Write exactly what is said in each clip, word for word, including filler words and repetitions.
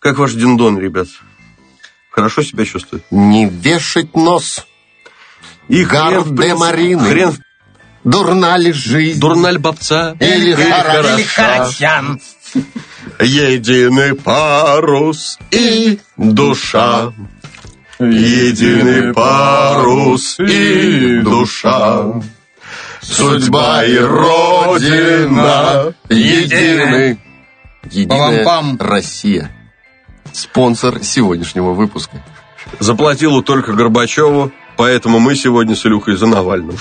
Как ваш диндон, ребят? Хорошо себя чувствует? Не вешать нос. И Гар де Марины. Хрен... Дурна ли жизнь? Дурна ли бабца? Или, Или хороша? хороша. Единый парус и душа. Единый парус и душа. Судьба и Родина Едины. Единая Пам-пам. Россия. Спонсор сегодняшнего выпуска. Заплатила только Горбачеву, поэтому мы сегодня с Илюхой за Навального.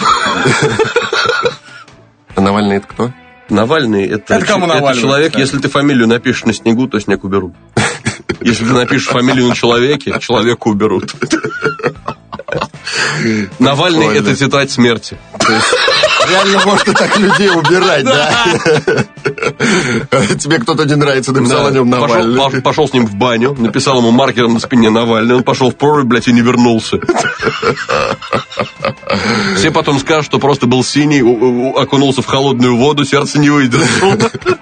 А Навальный это кто? Навальный это, Это кому это Навальный, человек, кстати? если ты фамилию напишешь на снегу, то снег уберут. Если ты напишешь фамилию на человеке, человека уберут. Навальный Прикольно. это тетрадь смерти. То есть Реально можно так людей убирать, да? Тебе кто-то не нравится, написал о нем пошел, Навальный. пошел- пошел с ним в баню, написал ему маркером на спине Навальный, он пошел в прорубь, блядь, и не вернулся. Все потом скажут, что просто был синий, у- у- окунулся в холодную воду, сердце не выдержало.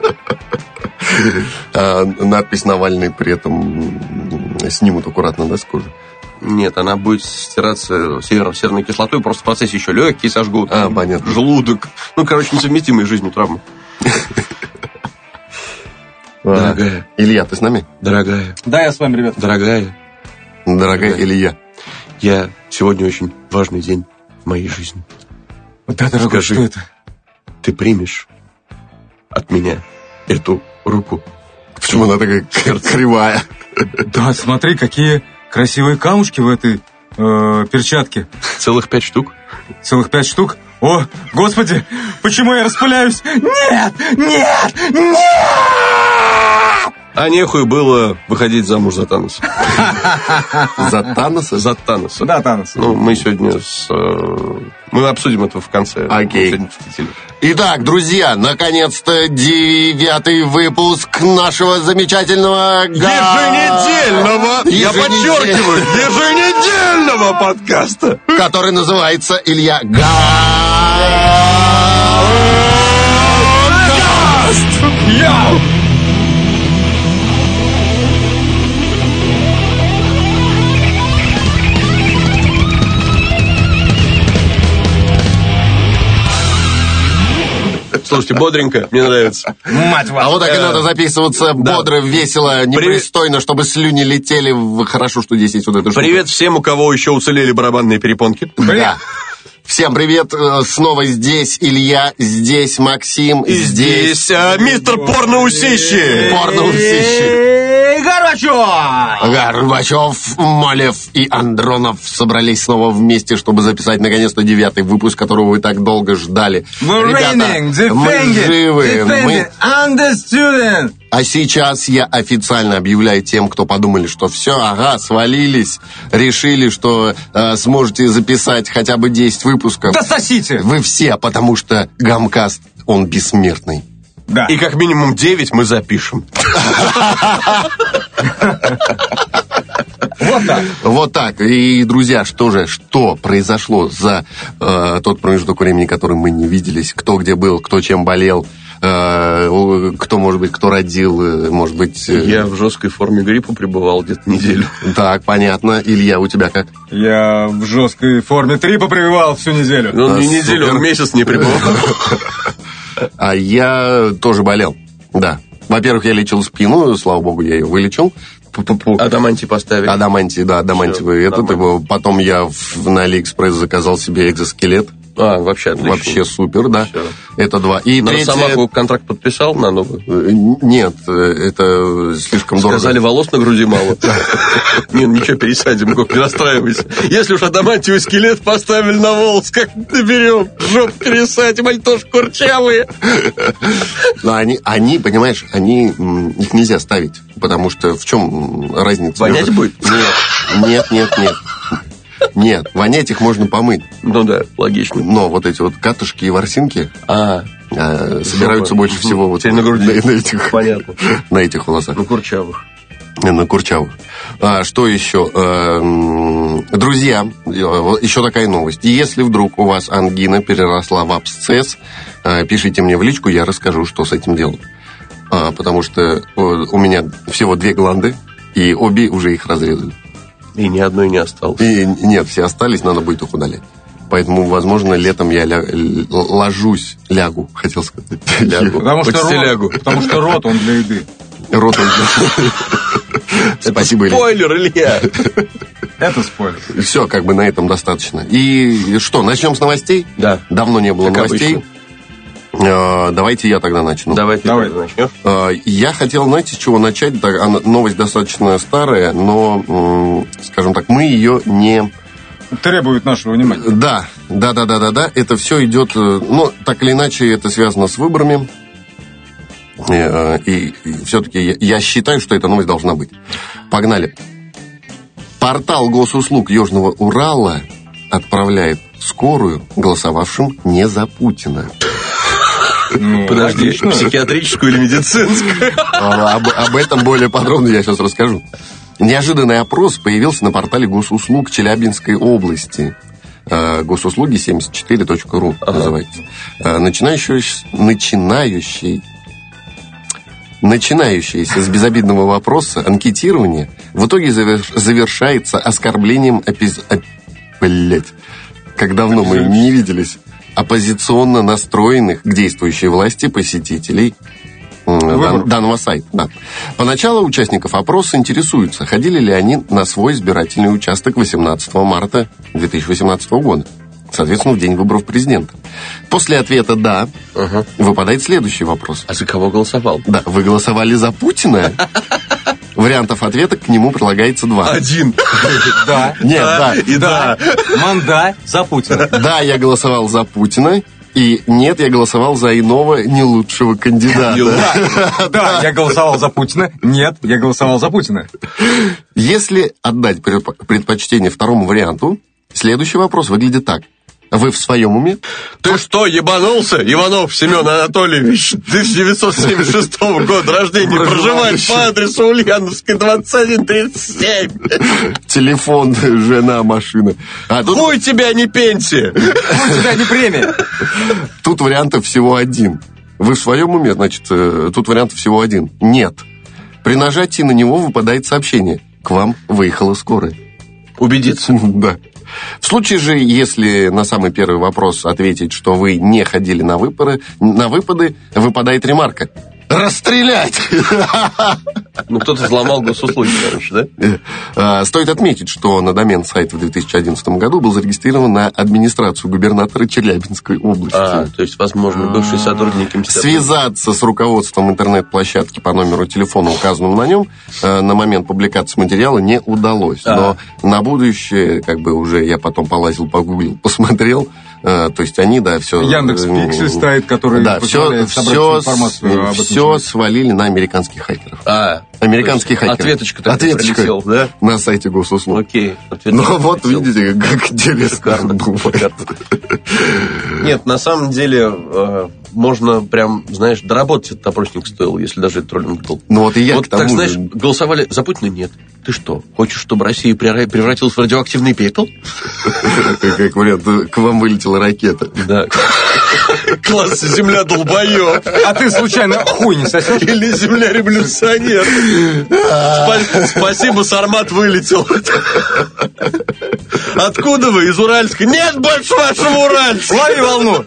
А надпись Навальный при этом снимут аккуратно, да, с кожи? Нет, она будет стираться север- серной кислотой, просто в процессе еще легкие сожгут, А, понятно. желудок. Ну, короче, несовместимые с жизнью травмы. Дорогая, Илья, ты с нами? дорогая, Да, я с вами, ребят. дорогая, Дорогая Илья. я сегодня очень важный день в моей жизни. Да, дорогой, Скажи. что это? Ты примешь от меня эту руку? Почему она такая к- кривая? Да, смотри, какие красивые камушки в этой э, перчатке. Целых пять штук? Целых пять штук. О, господи, почему я распыляюсь? Нет, нет, нет! А нехуй было выходить замуж за Таноса. За Таноса? За Таноса. Да, Танос. Ну, мы сегодня с... э, Мы обсудим это в конце. Окей. Сегодня «Мстители». Итак, друзья, наконец-то девятый выпуск нашего замечательного... га- Еженедельного, я Еженедельного. подчеркиваю, еженедельного подкаста. Который называется Илья Га... Йоу! Слушайте, бодренько, мне нравится. Мать вашу. А вот так и надо записываться бодро, весело, непристойно, чтобы слюни летели. в- Хорошо, что здесь есть вот эта штука. Привет всем, у кого еще уцелели барабанные перепонки. Да. Всем привет. Э, Снова здесь Илья, здесь Максим, И здесь а, мистер Порноусищи. Порноусищи. Горбачев! Горбачев, Малев и Андронов собрались снова вместе, чтобы записать наконец-то девятый выпуск, которого вы так долго ждали. We're Ребята, raining, мы defending, живы. Мы... defending, understood. А сейчас я официально объявляю тем, кто подумали, что все, ага, свалились, решили, что э, сможете записать хотя бы десять выпусков. Да сосите! Вы все, потому что Гамкаст, он бессмертный. Да. И как минимум девять мы запишем. Вот так. Вот так. И, друзья, что же, что произошло за э, тот промежуток времени, который мы не виделись? Кто где был, кто чем болел, э, кто, может быть, кто родил, э, может быть... э, Я в жесткой форме гриппа пребывал где-то неделю. Так, понятно. Илья, у тебя как? Я в жесткой форме трипа прививал всю неделю. Он А, не неделю, супер. он месяц не пребывал. А я тоже болел. Да. Во-первых, я лечил спину, слава богу, я ее вылечил. Пу-пу-пу. Адамантий поставили. Адамантий, да, адамантиевый Всё, этот. нормально. его- Потом я в- на Алиэкспресс заказал себе экзоскелет. А, вообще отлично. Вообще супер, да. Всё. Это два. И На третье... Росомаху контракт подписал на новый? Э, Нет, э, это слишком дорого. Сказали, волос на груди мало. Не, ну ничего, пересадим, Гок, не расстраивайся. Если уж адамантиевый скелет поставили на волос, как наберем? Жопу пересадим, они тоже курчавые. Но они, они, понимаешь, они, м, их нельзя ставить, потому что в чем разница? Вонять между- будет? Нет, нет, нет, нет. Нет, вонять их можно помыть. Ну да, логично. Но вот эти вот катышки и ворсинки А, э, собираются Жопа. больше Мгм. всего вот Теперь на груди. на этих, понятно. на этих волосах. Ну, курчавых. На курчавых. А, что еще? Эм, Друзья, э, еще такая новость. Если вдруг у вас ангина переросла в абсцесс, э, пишите мне в личку, я расскажу, что с этим делать. А, Потому что э, у меня всего две гланды, И обе уже их разрезали. И ни одной не осталось. И нет, все остались, надо будет их удалять. Поэтому, возможно, летом я ля... ложусь, лягу, хотел сказать. Лягу. Потому что, рот, потому что рот, он для еды. Рот, он для... Спасибо, Илья. Спойлер, Илья. Это спойлер. Все, как бы на этом достаточно. И что, начнем с новостей? Да. Давно не было как новостей. Обычно. Давайте я тогда начну. Давай ты Давай. начнешь. Я хотел, знаете, с чего начать? Новость достаточно старая, но, скажем так, мы ее не... требует нашего внимания. Да, да, да, да, да, да. Это все идет, ну, так или иначе, это связано с выборами. И, и, и все-таки я, я считаю, что эта новость должна быть. Погнали. Портал госуслуг Южного Урала отправляет скорую голосовавшим не за Путина. Ну, подожди, логично. Психиатрическую или медицинскую? Об, об этом более подробно я сейчас расскажу. Неожиданный опрос появился на портале госуслуг Челябинской области. Госуслуги семьдесят четыре точка ру ага. называется. Начинающий, начинающий, начинающийся с безобидного вопроса анкетирование в итоге завершается оскорблением опиз... Блять, как давно мы не виделись. Оппозиционно настроенных к действующей власти посетителей дан, данного сайта. Да. Поначалу участников опроса интересуются, ходили ли они на свой избирательный участок восемнадцатого марта две тысячи восемнадцатого года, соответственно, в день выборов президента. После ответа «да» ага. выпадает следующий вопрос. А за кого голосовал? Да, вы голосовали за Путина? Вариантов ответа к нему прилагается два. Один. Да. Нет, да. И да. Манда за Путина. Да, я голосовал за Путина. И нет, я голосовал за иного, не лучшего кандидата. Да, я голосовал за Путина. Нет, я голосовал за Путина. Если отдать предпочтение второму варианту, следующий вопрос выглядит так. Вы в своем уме? Ты что, ебанулся, Иванов Семен Анатольевич, тысяча девятьсот семьдесят шестого года рождения, проживает по адресу Ульяновской, двадцать один тридцать семь. Телефон, жена, машина. А тут... Хуй тебя, не пенсия. Хуй тебя, не премия. Тут вариантов всего один. Вы в своем уме, значит, тут вариантов всего один. Нет. При нажатии на него выпадает сообщение. К вам выехала скорая. Убедиться. Да. В случае же, если на самый первый вопрос ответить, что вы не ходили на выпады, на выпады, выпадает ремарка. Расстрелять! Ну, кто-то взломал госуслуги, короче, да? Стоит отметить, что на домен сайта в две тысячи одиннадцатом году был зарегистрирован на администрацию губернатора Челябинской области. А, то есть, возможно, бывшие сотрудники МСТ. Связаться с руководством интернет-площадки по номеру телефона, указанному на нем, на момент публикации материала не удалось. А. Но на будущее, как бы уже я потом полазил, погуглил, посмотрел, то есть они, да, все... Яндекс.Пиксель стоит, который да, позволяет все, собрать все, информацию об этом. Все свалили на американских хакеров. А, американских хакеров. Ответочка-то Ответочка прилетел, да? На сайте госуслуг. Окей. Ну вот, видите, как интересно бывает. Нет, на самом деле, можно прям, знаешь, доработать этот опросник стоило, если даже это троллинг был. Ну вот и я вот к тому так, знаешь, же... голосовали за Путина? Нет. Ты что, хочешь, чтобы Россия превратилась в радиоактивный пепел? Как вариант, к вам вылетела ракета. Да. Класс, земля долбоёб. А ты случайно хуй не сосешь? Или земля революционер. Спасибо, Сармат вылетел. Откуда вы? Из Уральска? Нет больше вашего Уральска. Лови волну.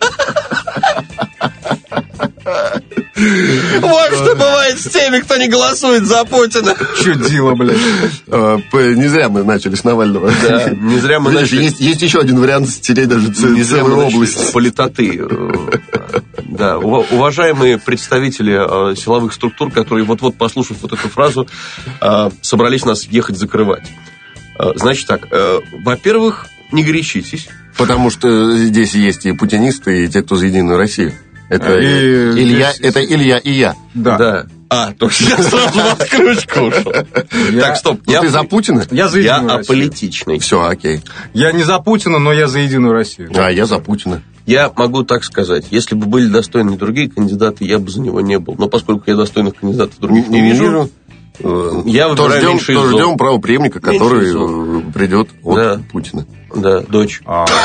Вот что бывает с теми, кто не голосует за Путина. Чудило, блядь. Не зря мы начали с Навального. Да, не зря мы начали. Есть, есть еще один вариант стереть даже целую область. Политоты. Да, уважаемые представители силовых структур, которые вот-вот, послушав вот эту фразу, собрались нас ехать закрывать. Значит так, во-первых, не горячитесь. Потому что здесь есть и путинисты, и те, кто за Единую Россию. Это и Илья, здесь... это Илья и я. Да. да. А, то есть я сразу в откручку ушел. Так, стоп. Ты за Путина? Я за Единую Я аполитичный. Все, окей. Я не за Путина, но я за Единую Россию. А, я за Путина. Я могу так сказать. Если бы были достойны другие кандидаты, я бы за него не был. Но поскольку я достойных кандидатов других не, не вижу, я выбираю то ждем, меньший то ждем правопреемника, который придет от да. Путина. Да, дочь.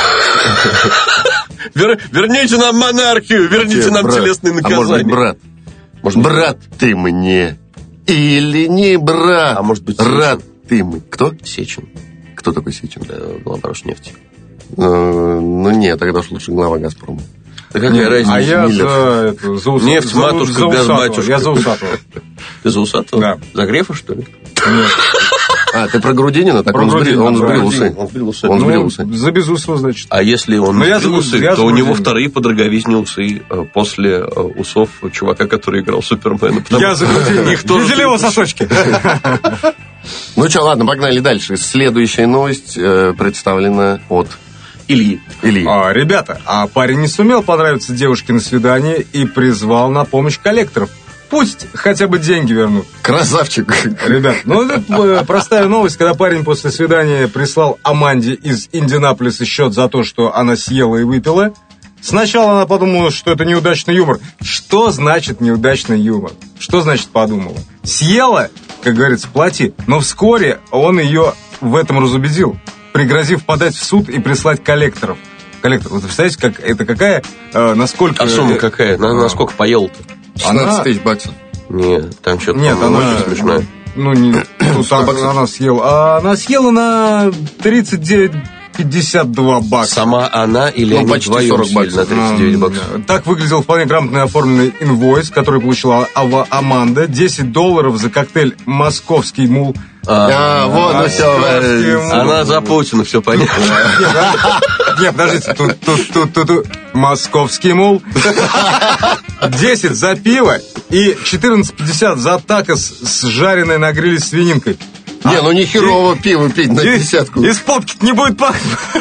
Вер, верните нам монархию, верните нам брат, телесные наказания. А может быть, брат? Может быть, брат, ты мне или не брат? А может быть, рад ты мы. Кто? Сечин. Кто такой Сечин? Глава Роснефти. Э, ну нет, тогда уж лучше глава «Газпрома». Да какая разница? А я за, это, за, Уса- Нефть, за, матушка, за газ, Усатого. батюшка. Я за Усатого. Ты за Усатого? Да. За Грефа, что ли? Нет. А, ты про Грудинина? Так Про он, Грудинина, сбрил, он про сбрил Грудинина. усы. Он сбрил усы. Он сбрил Ну, усы. за Безусова, значит. А если он Ну, я сбрил за- усы, я то за у него Грудинина. вторые по дороговизне усы э, после э, усов чувака, который играл Супермена. Потому Я за Грудинина. их тоже Видели его сосочки? Ну что, ладно, погнали дальше. Следующая новость э, представлена от Ильи. Ильи. А, ребята, а парень не сумел понравиться девушке на свидании и призвал на помощь коллекторов. Пусть хотя бы деньги вернут. Красавчик. Ребят, ну это э, простая новость, когда парень после свидания прислал Аманде из Индианаполиса счет за то, что она съела и выпила. Сначала она подумала, что это неудачный юмор. Что значит неудачный юмор? Что значит подумала? Съела, как говорится, плати. Но вскоре он ее в этом разубедил, пригрозив подать в суд и прислать коллекторов. Коллектор, вы представляете, как, это какая, э, насколько... А сумма какая? На, на сколько поел-то? шестнадцать тысяч баксов. Нет, там что-то Нет, она... очень смешное. Ну, не... Тут она, она съела... А она съела на тридцать девять пятьдесят два бакса. Сама она или Ну, они почти вдвоем сорок съели баксов. на тридцать девять М, баксов? Так выглядел вполне грамотно оформленный инвойс, который получила Ава Аманда. десять долларов за коктейль «Московский мул». А, вот, ну все. Московский мул. Она за Путина, все понятно. Нет, подождите, тут, тут, тут, тут, тут. Московский мул. десять за пиво и четырнадцать пятьдесят за тако с, с жареной на гриле свининкой. Не, ну не херово пиво пить на Из- десятку. Из попки не будет пахнуть.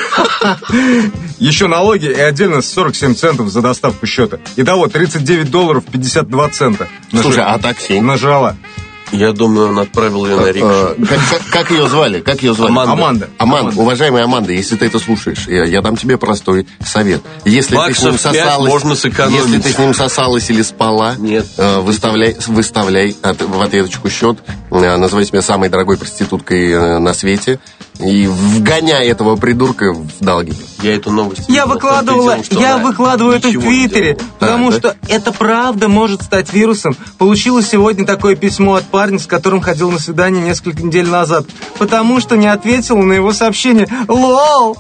Еще налоги и отдельно сорок семь центов за доставку счета. Итого тридцать девять долларов пятьдесят два цента. Слушай, Нажала. а такси? Нажала. Я думаю, он отправил ее на рикшу. Э, Как, как- как ее звали? Как ее звали? Аманда. Аманда. Аманда, уважаемая Аманда, если ты это слушаешь, я, я дам тебе простой совет. Если ты с ним Баксов пять сосалась, можно сэкономить. если ты с ним сосалась или спала, Нет. э, выставляй, выставляй от- в ответочку счет, э, называй себя самой дорогой проституткой э, на свете и вгоняй этого придурка в долги. Я эту новость Я видел, выкладывала, только и делал, что я она выкладываю это в ничего не Твиттере, делала. потому да? что это правда может стать вирусом. Получила сегодня такое письмо от парня, с которым ходил на свидание несколько недель назад, потому что не ответила на его сообщение. Лол!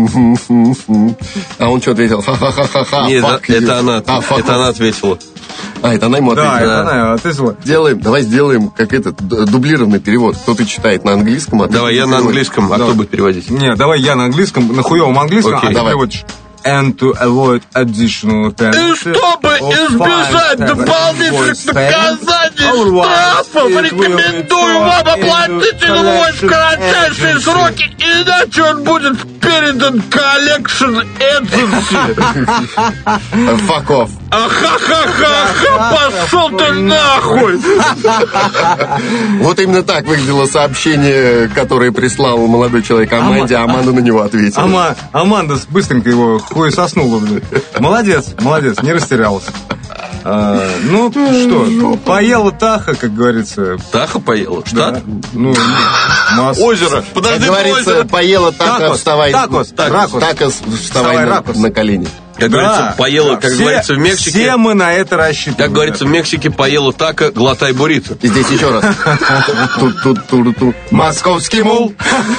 А он что ответил? Ха-ха-ха-ха. Нет, fuck это, you. это она, А, fuck это off. она ответила. А, это она ему Да, ответила. это она ответила. Делаем, давай сделаем как этот д- дублированный перевод. Кто-то читает на английском, а ты Давай, я на переводишь. английском, а кто будет переводить? Не, давай я на английском, на хуевом английском, Окей. а ты Давай. переводишь. And to avoid additional И чтобы избежать дополнительных наказаний и штрафов, рекомендую вам оплатить инвойс в кратчайшие сроки, иначе он будет передан Collection Agency. Fuck off. Ха-ха-ха-ха, пошел ты нахуй! Вот именно так выглядело сообщение, которое прислал молодой человек Аманде, а Аманда на него ответила. Ама, Аманда быстренько его хуй соснула, блин. Молодец, молодец, не растерялась. А, ну, что, поела Таха, как говорится. Таха поела? Штат? Да. Ну, масс- Озеро. Как Подожди, говорится, озеро. поела тако, Такос, вставай. такос, Такос, ракус. вставай Вставай, на, ракус. на колени. Как говорится, поела, как Все- говорится в Мексике. Все мы на это рассчитываем. Как говорится в Мексике, поела тако, глотай буррито. И здесь еще раз. Тут-тут-тут-тут. Московский мул.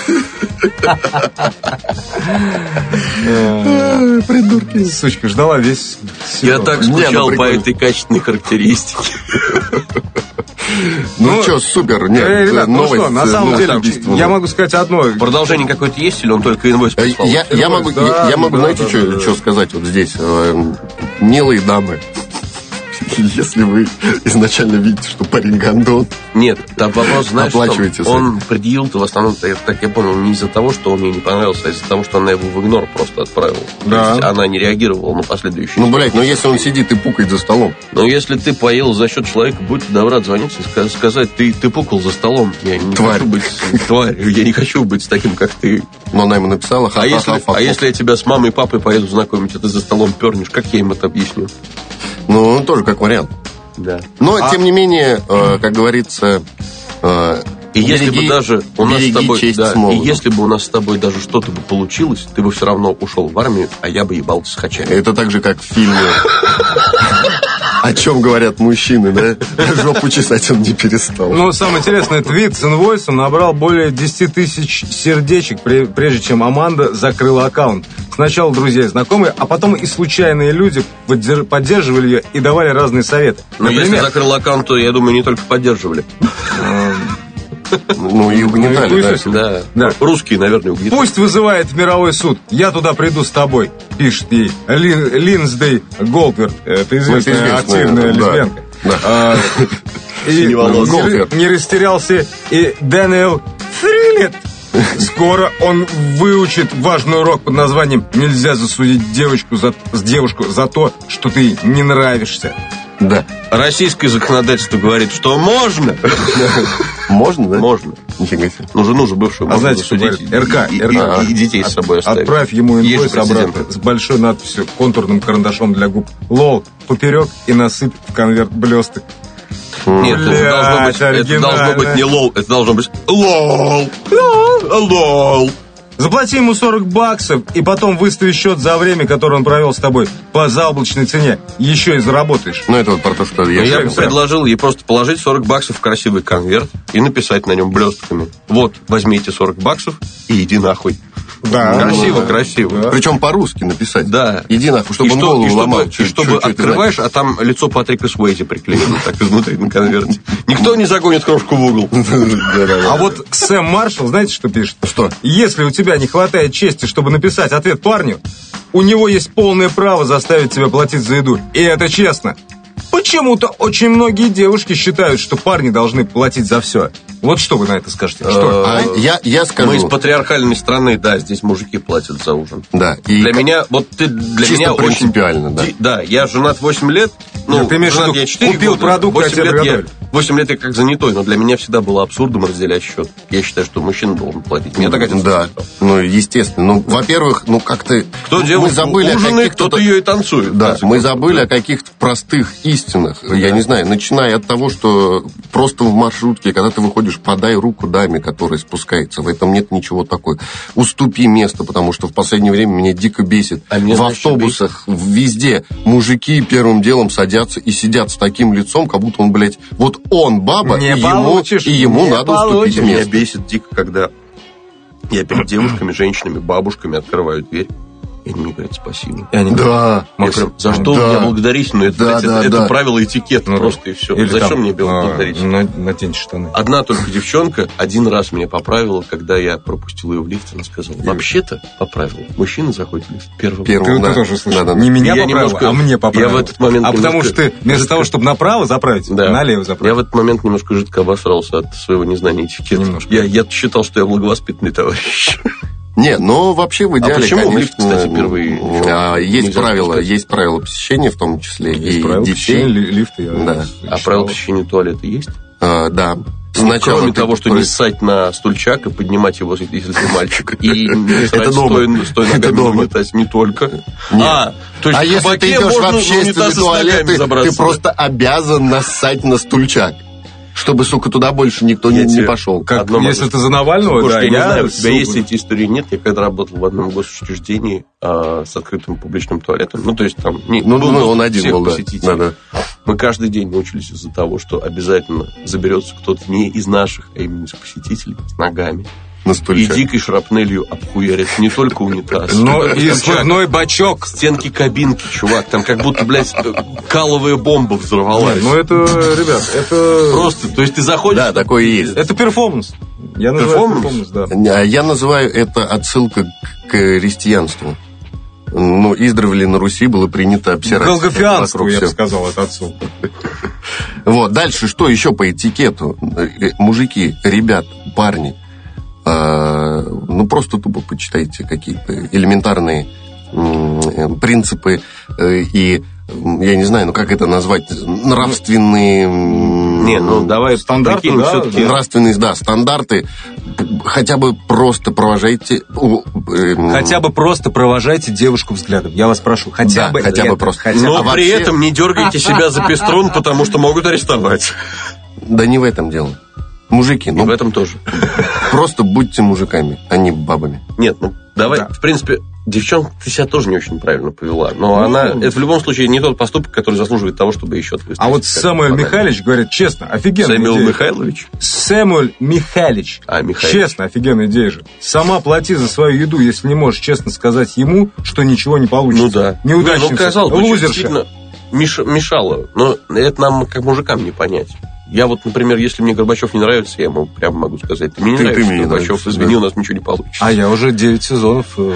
Придурки. Сучка, ждала весь Я сезон. так Не, ну, скучал по прикольно. этой качественной характеристике. Ну, Ну, что, супер. Нет, Э, ребят, ну новость, что, на э, самом новость деле, убийственная. я могу сказать одно. Продолжение какое-то есть, или он только инвойс Э, прислал? Я, я могу, Да, я, я могу, да, знаете, да, что, да, да. что сказать вот здесь? Э, Милые дамы, если вы изначально видите, что парень гондон, Нет, там вопрос, знаешь, Оплачивайте что он предъявил-то в основном, я- так я понял, не из-за того, что он мне не понравился, а из-за того, что она его в игнор просто отправила. Да. То есть она не реагировала на последующие. ну, блядь, ну если он сидит и пукает за столом, Но если ты поел за счет человека, будь добра звониться и ска- сказать, ты, ты пукал за столом. Я не Тварь. хочу быть тварью, я не хочу быть с таким, как ты. но она ему написала, А если, ха-ха-ха, а если я тебя с мамой и папой поеду знакомить, а ты за столом пернешь, как я им это объясню? ну, тоже как вариант. Да. Но, А- тем не менее, э, как говорится, э, И если береги- бы даже у нас с береги тобой, честь да, с и молодым. если бы у нас с тобой даже что-то бы получилось, ты бы все равно ушел в армию, а я бы ебался с хачами. Это так же, как в фильме... О чем говорят мужчины, да? Жопу чесать он не перестал. Ну, самое интересное, твит с инвойсом набрал более десять тысяч сердечек, прежде чем Аманда закрыла аккаунт. Сначала друзья и знакомые, а потом и случайные люди поддерживали ее и давали разные советы. Но если закрыл аккаунт, то, я думаю, не только поддерживали. Ну, и угнетали, да. Да. Да. Русские, наверное, угнетали. Пусть вызывает в мировой суд. Я туда приду с тобой, пишет ей Лин, Линдсей Голдверт. Это известная, известная активная да. лесбиянка. Да. А, и не, Голдверт. не растерялся и Дэниел Фрилет. Скоро он выучит важный урок под названием «Нельзя засудить девочку за, девушку за то, что ты ей не нравишься». Да. Российское законодательство говорит, что можно. Можно, да? Можно. Нифига себе. Ну, жену же бывшую А можно знаете, что засудить. говорит? РК, и, РК. И, и детей с собой оставить. Отправь ему Есть инвойс же прецеденты. обратно с большой надписью контурным карандашом для губ «Лол» поперек и насыпь в конверт блесток. Нет, это должно, быть, это должно быть не лол, это должно быть лол. Лол. Заплати ему сорок баксов и потом выстави счет за время, которое он провел с тобой по заоблачной цене. Еще и заработаешь. Ну, это вот про то, что я... Я бы все. предложил ей просто положить сорок баксов в красивый конверт и написать на нем блестками: вот, возьмите сорок баксов и иди нахуй. Да. Красиво, Да. красиво. Да. Причем по-русски написать. Да. Иди нахуй, чтобы И он что- голову и чтобы, ломал. и Чё- чтобы чё- чё это открываешь, а там лицо Патрика Суэйзи приклеено так изнутри на конверте. Никто не загонит крошку в угол. А вот Сэм Маршалл, знаете, что пишет? Что? Если у тебя не хватает чести, чтобы написать ответ парню, у него есть полное право заставить тебя платить за еду. И это честно. Почему-то очень многие девушки считают, что парни должны платить за все. Вот что вы на это скажете? Что? А я, я скажу... Мы из патриархальной страны, да, здесь мужики платят за ужин. Да. И Для меня, вот ты для чисто меня очень... принципиально, да. Ди- Да, я женат восемь лет. Ну, Нет, ты имеешь в женат виду, я четыре купил года, продукт, а восемь тебе лет я, приготовили. восемь лет я как занятой, но для меня всегда было абсурдом разделять счет. Я считаю, что мужчина должен платить. Меня так отец Да, воспитал. ну, естественно. Ну, во-первых, ну, как-то... Кто мы делает забыли о ужины, каких-то- кто-то ее и танцует. Да, в мы конце забыли концов, о каких-то простых истинах. Я не знаю, начиная от того, что просто в маршрутке, когда ты выходишь, подай руку даме, которая спускается. В этом нет ничего такого. Уступи место, потому что в последнее время меня дико бесит. А меня, в знаешь, что автобусах, везде мужики первым делом садятся и сидят с таким лицом, как будто он, блядь, вот он баба, Не и ему, получишь, и ему не надо получишь. уступить Меня место. бесит дико, когда я перед девушками, женщинами, бабушками открываю дверь, и они мне говорят спасибо. И они говорят, Я прям, за что Да. меня благодарить? Ну, это, Да, знаете, да, это, да. это правило этикета Ну, просто, и все. или Зачем там, мне было а, благодарить? на- Натяньте штаны. Одна только девчонка один раз меня поправила, когда я пропустил ее в лифт, она сказала: вообще-то, по правилу, мужчина заходит в лифт первым. Первым. Ты, Ну, ты да. тоже слышал. Да, да, да. Не меня Я поправил, немножко- а мне поправил. я в этот момент А потому что немножко- ты вместо того, чтобы направо заправить, Да. налево Я заправить. в этот момент немножко жидко обосрался от своего незнания этикета. Немножко. Я, я считал, что я благовоспитанный товарищ. Не, но вообще в идеале, почему в конечно, лифт, кстати, впервые а, есть нельзя правила, запускать? есть правила посещения, в том числе Есть и правила посещения детей. ли- лифта. Я Да. А читал. правила посещения туалета есть? А, да. Ну, Сначала кроме ты того, что про- не ссать на стульчак и поднимать его, если ты мальчик, и не Это ссать дома. стоя, стоя Это ногами на дома. унитазе, не только. Нет. А, то есть А в если ты кабаке идешь в можно на общественный унитаз и с туалет, ногами ты, забраться, ты да. просто обязан нассать на стульчак, чтобы, сука, туда больше никто Я не, не тебе- пошел. Как, Одно если могу ты за Навального, Гош, да, я не я... знаю, у тебя сука. есть эти истории, нет? Я когда работал в одном госучреждении а, с открытым публичным туалетом, ну, то есть там... Не, Ну, был ну, доступ он один всех был, да. посетителей. Да, да. Мы каждый день мучились из-за того, что обязательно заберется кто-то не из наших, а именно из посетителей, с ногами. На И стульчак. дикой шрапнелью обхуярит не только унитаз. Но Стульчак, и спиртной бачок. стенки кабинки, чувак. Там как будто, блядь, каловая бомба взорвалась. Ну, это, ребят, это... Просто, то есть ты заходишь... Да, такое и есть. Это перформанс. Я называю Перформанс? перформанс, да. А Я называю это отсылка к крестьянству. Ну, издревле на Руси было принято обсирать. Голгофианству, вокруг я бы всех. сказал, это отсылка. Вот, дальше что еще по этикету? Э, Мужики, ребят, парни, э, ну, просто тупо почитайте какие-то элементарные м, э, принципы э, и, м, я не знаю, ну, как это назвать, нравственные... м, Не, ну давай Стандарты, прикинем да, все-таки. Нравственные, да, стандарты. Хотя бы просто провожайте... у, эм, Хотя бы просто провожайте девушку взглядом. Я вас прошу. Хотя Да, бы хотя бы это. просто. Хотя Но А при вообще- этом не дергайте себя за пеструн, потому что могут арестовать. Да не в этом дело. Мужики, Ну, ну, в этом тоже. просто будьте мужиками, а не бабами. Нет, ну давай, Да. в принципе, Девчонка, ты себя тоже не очень правильно повела. Но Ну, она, это в любом случае не тот поступок, который заслуживает того, чтобы еще ответить. А вот Сэмюэль Михайлович говорит, честно, офигенная Сэмюэл идея. Михайлович? Сэмюэль Михайлович. А, Михайлович. Честно, офигенная идея же. Сама плати за свою еду, если не можешь честно сказать ему, что ничего не получится. Ну да. Неудачница, Ну, казалось бы, лузерша. действительно меш- мешало. Но это нам, как мужикам, не понять. Я вот, например, если мне Горбачев не нравится, я ему прямо могу сказать, ты мне не Ты- ты нравишься, мне не Горбачев, нравишься, извини, да. у нас ничего не получится. А я уже девять сезонов. э,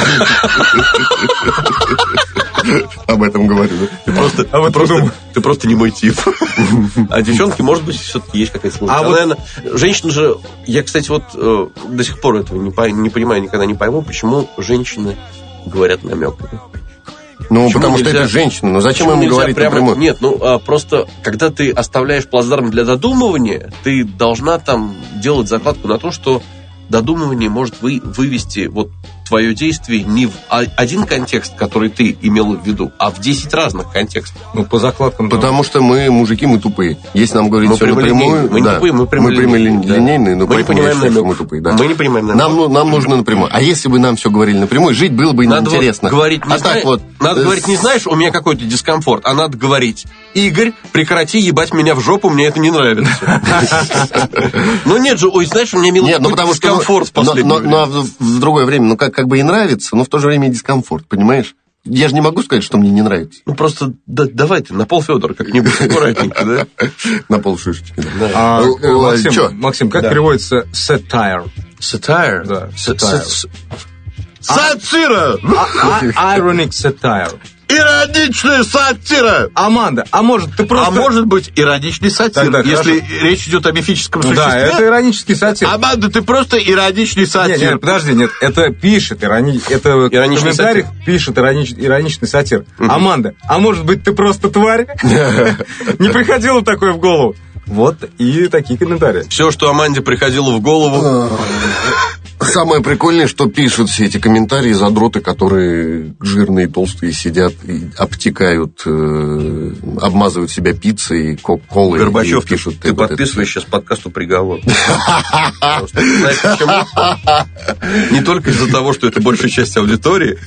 Об этом говорю. Ты просто, А вот ты, просто, подумай. ты просто не мой тип. А девчонки, может быть, все-таки есть какая-то сложность. А А вот- наверное, женщина же... Я, кстати, вот э, до сих пор этого не, по- не понимаю, никогда не пойму, почему женщины говорят намеками. Ну, Почему потому что нельзя- это женщина. Ну, зачем Почему им нельзя говорить прямо- напрямую? Нет, ну, а, просто, когда ты оставляешь плацдарм для додумывания, ты должна там делать закладку на то, что додумывание может вы, вывести вот твое действие не в а- один контекст, который ты имел в виду, а в десять разных контекстов. Ну, по закладкам. там. Потому что мы, мужики, мы тупые. Если нам говорить Мы все прямолинейные. напрямую... Мы не да, тупые, мы прямолинейные, да. прямолинейные, но Мы не поэтому понимаем я считаю, что намеков. мы тупые. Да. Мы не понимаем намеков. Нам, ну, нам нужно напрямую. А если бы нам все говорили напрямую, жить было бы Надо неинтересно. вот говорить, не а зна- так вот... Надо э, говорить, не знаешь, у меня какой-то дискомфорт, а надо говорить, Игорь, прекрати ебать меня в жопу, мне это не нравится. Ну нет же, ой, знаешь, у меня милый Нет, ну потому что... дискомфорт в ну, последнее но- ну, а время. в, в другое время, ну, как, как бы и нравится, но в то же время и дискомфорт, понимаешь? Я же не могу сказать, что мне не нравится. Ну просто да- давай ты на пол Федора как-нибудь аккуратненько, да? На полшишечки. да. А, Ну, э, Максим, чё? Максим, как Да. переводится satire? Satire? Да, С- satire. с- Сатира! А- а- Ironic satire. Ироничная сатира! Аманда, а может ты просто... А может быть, ироничный сатир, Тогда если хорошо. речь идет о мифическом Да, существе. это иронический сатир. Аманда, ты просто ироничный Нет, сатир. нет, подожди, нет, это пишет, ирони... это Ироничный в комментариях пишет иронич... ироничный сатир. Аманда, а может быть ты просто тварь? Не приходило такое в голову? Вот и такие комментарии. Все, что Аманде приходило в голову, Самое прикольное, что пишут все эти комментарии задроты, которые жирные, толстые сидят и обтекают, э, обмазывают себя пиццей, кока-колой. Горбачев, и ты, пишут, ты вот это подписываешь сейчас подкасту приговор. Просто, знаешь почему? Не только из-за того, что это большая часть аудитории,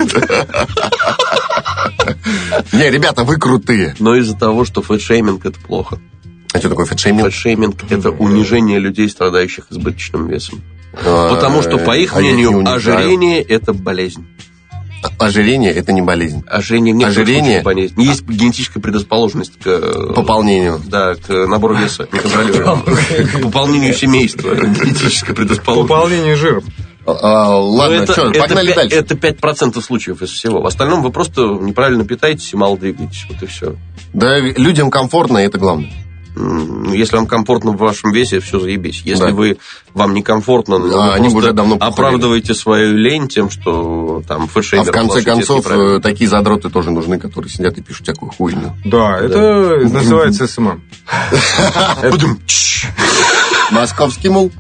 всё. Не, ребята, вы крутые. но из-за того, что фэтшейминг – это плохо. А что такое фэтшейминг? Фэтшейминг – это унижение людей, страдающих избыточным весом. А, Потому что, по их а я не мнению, унижаю. ожирение – это болезнь. Ожирение – это не болезнь. Ожирение в некоторых Ожирение? случаях болезнь. Есть генетическая предрасположенность к, э, Пополнению. да, к набору веса неконтролируемому. К пополнению семейства. Генетическая предрасположенность. Пополнение жиром. А, а, Но ладно, это, что, это погнали пять- дальше. Это пять процентов случаев из всего. В остальном вы просто неправильно питаетесь и мало двигаетесь. Вот и все. Да, людям комфортно, это главное. М, Если вам комфортно в вашем весе, все заебись. Если Да. вы, вам некомфортно, ну, А, вы они бы просто уже давно похудели. оправдываете свою лень тем, что там А фэтшеймер в конце лошадь, это концов, неправильно. э, такие задроты тоже нужны, которые сидят и пишут всякую хуйню. Да, это называется СММ. Будем, чш. Московский мул.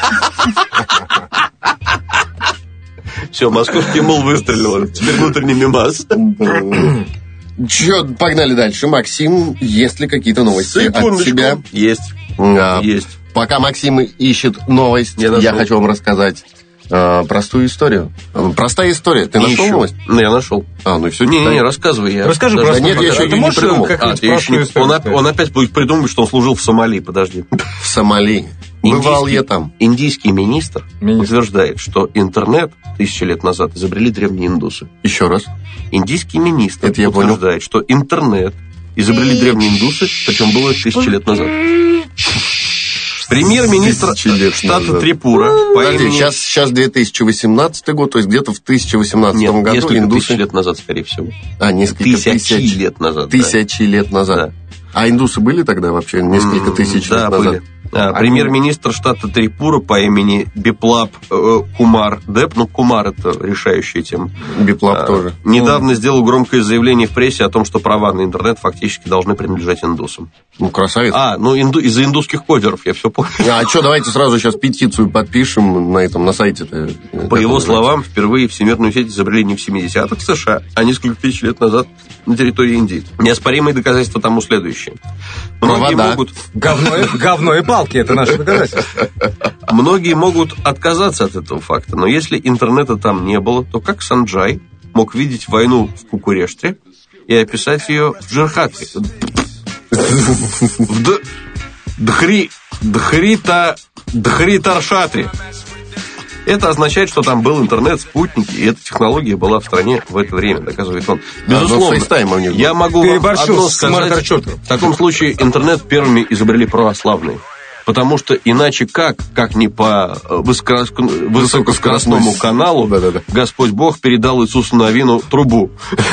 Все, московский мул выстрелил. Теперь внутренний мимас. Че, погнали дальше. Максим, есть ли какие-то новости от Секундочку. тебя? Есть. А, Есть. Пока Максим ищет новость, Я я, нашел. хочу вам рассказать э, простую историю. Э, Простая история. Ты нашел Ищу. новость? Ну, я нашел. А, ну и все. Не-не-не, рассказывай. Я Расскажи даже- про нет, я еще Ты её не можешь придумал. как-нибудь А, ты еще не- простую историю он, оп- сказать? он опять будет придумывать, что он служил в Сомали. Подожди. В Сомали. Бывал я там. Индийский министр, Министр. утверждает, что интернет тысячи лет назад изобрели древние индусы. Еще раз. Индийский министр Это я понял. утверждает, что интернет изобрели древние индусы, причем было тысячи лет назад. Премьер-министр Тысячи лет штата назад. Трипура по Подожди, имени... сейчас, сейчас две тысячи восемнадцатый год, то есть где-то в тысяча восемнадцатом Нет, году несколько индусы... тысяч лет назад, скорее всего. А, несколько Тысячи тысяч, лет назад. да. тысячи лет назад. Да. А индусы были тогда вообще несколько М, тысяч да, лет назад? были. А, Премьер-министр штата Трипура по имени Биплаб э, Кумар Деп, ну, Кумар это решающая тема, Биплаб а, тоже. недавно сделал громкое заявление в прессе о том, что права на интернет фактически должны принадлежать индусам. Ну, красавец. А, ну, инду- из-за индусских кодеров, я все понял. А что, давайте сразу сейчас петицию подпишем на этом, на сайте-то. По его словам, впервые всемирную сеть изобрели не в семидесятых в США, а несколько тысяч лет назад на территории Индии. Неоспоримые доказательства тому следующие. Многие Провода. могут, Говно, и- говно и палки, это наше доказательство. многие могут отказаться от этого факта, но если интернета там не было, то как Санджай мог видеть войну в Кукуреште и описать ее в Джархатре. В Д... Дхри... Дхрита... Дхритаршатре. Это означает, что там был интернет, спутники, и эта технология была в стране в это время, доказывает он. Безусловно, а, я могу вам одно сказать. В таком случае интернет первыми изобрели православные. Потому что иначе как, как не по высоко... высокоскоростному каналу, да-да-да, Господь Бог передал Иисусу Навину трубу.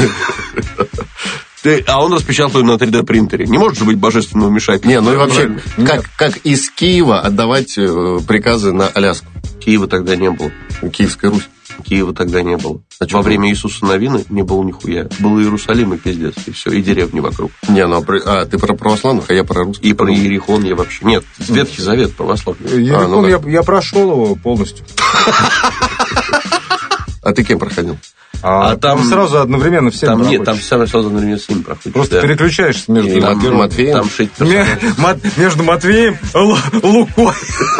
А он распечатал ее на три дэ принтере. Не может же быть божественного вмешательства. Не, ну и вообще, как, как из Киева отдавать приказы на Аляску? Киева тогда не было. Киевская Русь. Киева тогда не было. А Во время Иисуса Навина не было нихуя. Был Иерусалим и пиздец, и все, и деревни вокруг. Не, ну а ты про православных, а я про русских. И про Иерихон я вообще... Нет, Ветхий Завет православный. Иерихон, а, ну, я, я прошел его полностью. А ты кем проходил? А, а там, там сразу одновременно все там нет, там сразу одновременно с ним проходишь. Просто да. Переключаешься между там, Матвеем. Там шесть между Матвеем и Лукой.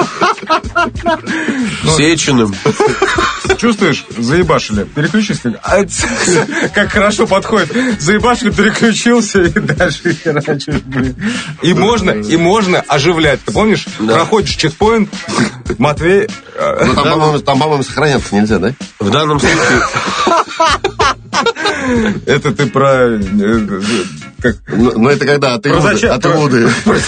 Сеченым. Чувствуешь, заебашили. Переключись. Как хорошо подходит. Заебашили, переключился и дальше херачишь, блин. И можно, и можно оживлять. Ты помнишь? Проходишь чекпоинт, Матвей... Ну там, по-моему, сохраняться нельзя, да? В данном случае... Это ты про... Как... Ну, ну, это когда от Иуды.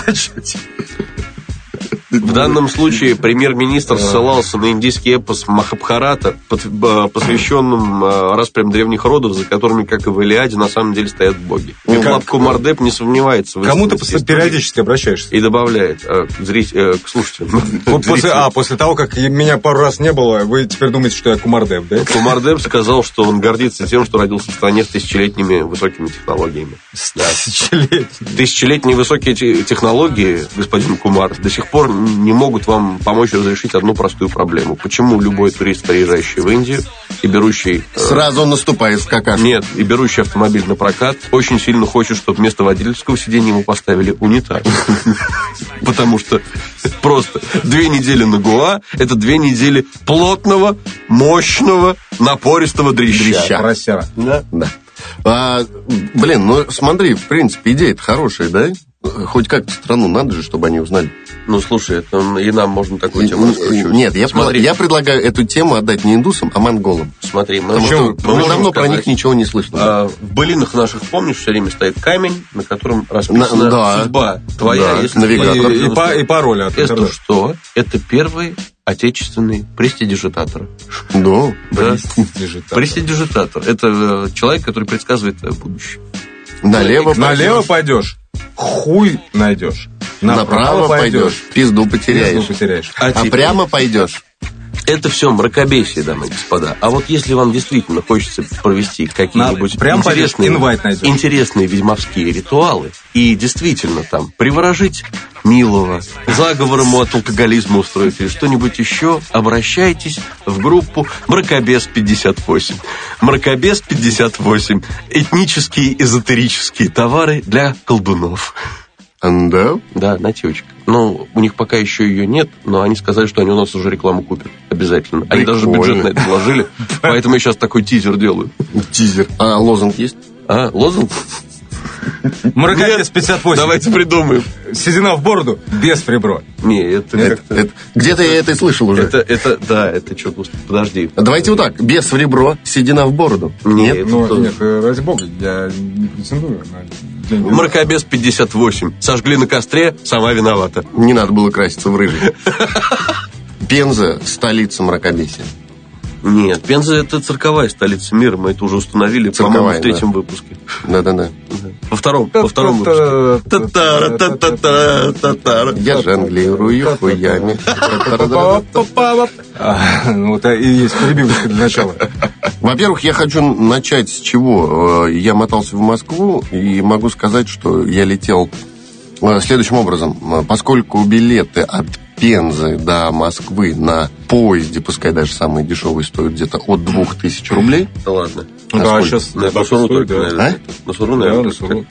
В данном случае премьер-министр ссылался на индийский эпос Махабхарата, посвященным распрям древних родов, за которыми, как и в Илиаде, на самом деле стоят боги. Биплав Кумардеп не сомневается. Кому ты периодически обращаешься? И добавляет к, зритель, к слушателям. После, а, после того, как меня пару раз не было, вы теперь думаете, что я Кумардеп, да? Кумардеп сказал, что он гордится тем, что родился в стране с тысячелетними высокими технологиями. Тысячелетними? Тысячелетние высокие технологии, господин Кумар, до сих пор не могут вам помочь разрешить одну простую проблему. Почему любой турист, приезжающий в Индию и берущий... Сразу он наступает в какашку. Нет, и берущий автомобиль на прокат, очень сильно хочет, чтобы вместо водительского сиденья ему поставили унитаз. Потому что просто две недели на Гоа – это две недели плотного, мощного, напористого дрища. Дрища. Да? Да. А, блин, ну смотри, в принципе, идея-то хорошая, да? Хоть как-то страну надо же, чтобы они узнали. Ну, слушай, это и нам можно такую тему раскручивать. Нет, я, Смотри. я предлагаю эту тему отдать не индусам, а монголам. Смотри, мы, можем, мы, мы давно сказать, про них ничего не слышно. А, в былинах наших, помнишь, все время стоит камень, на котором расписана да, судьба твоя. Да, если навигатор. И, и, и, и пароль от это что? Это первый отечественный престидижитатор. Да, да. Престидижитатор. Престидижитатор. Это человек, который предсказывает будущее. Налево, Налево пойдешь, хуй найдешь. Направо, Направо пойдешь, пизду потеряешь. Пизду потеряешь. А, а теперь... прямо пойдешь. Это все мракобесие, дамы и господа. А вот если вам действительно хочется провести какие-нибудь прям интересные, интересные ведьмовские ритуалы и действительно там приворожить милого, заговором от алкоголизма устроить или что-нибудь еще, обращайтесь в группу Мракобес пятьдесят восемь. Мракобес пятьдесят восемь. Этнические эзотерические товары для колдунов. Да? Да, натёчка. Ну, у них пока еще ее нет, но они сказали, что они у нас уже рекламу купят. Обязательно. Прикольно. Они даже бюджет на это вложили. Поэтому я сейчас такой тизер делаю. Тизер. А лозунг есть? А, лозунг? Мракобес пятьдесят восемь. Давайте придумаем. Седина в бороду, без прибро. Не, это... это, это где-то я это и слышал уже. Это, это, да, это что, подожди. Давайте вот так, без в ребро, седина в бороду. Нет, нет, ну, нет, ради бога, я не претендую на... Мракобес пятьдесят восемь. Сожгли на костре, сама виновата. Не надо было краситься в рыжий. Пенза – столица мракобесия. Нет, Пенза – это цирковая столица мира. Мы это уже установили, цирковая, по-моему, в третьем да. выпуске. Да-да-да. Во втором, во втором выпуске. Я жонглирую хуями. Вот и есть перебивочка для начала. Во-первых, я хочу начать с чего. Я мотался в Москву, и могу сказать, что я летел следующим образом. Поскольку билеты от Пензы до Москвы на поезде, пускай даже самые дешевые, стоят где-то от двух тысяч рублей. Да ладно. Да, а сейчас на Суру, да. А? На Суру, наверное.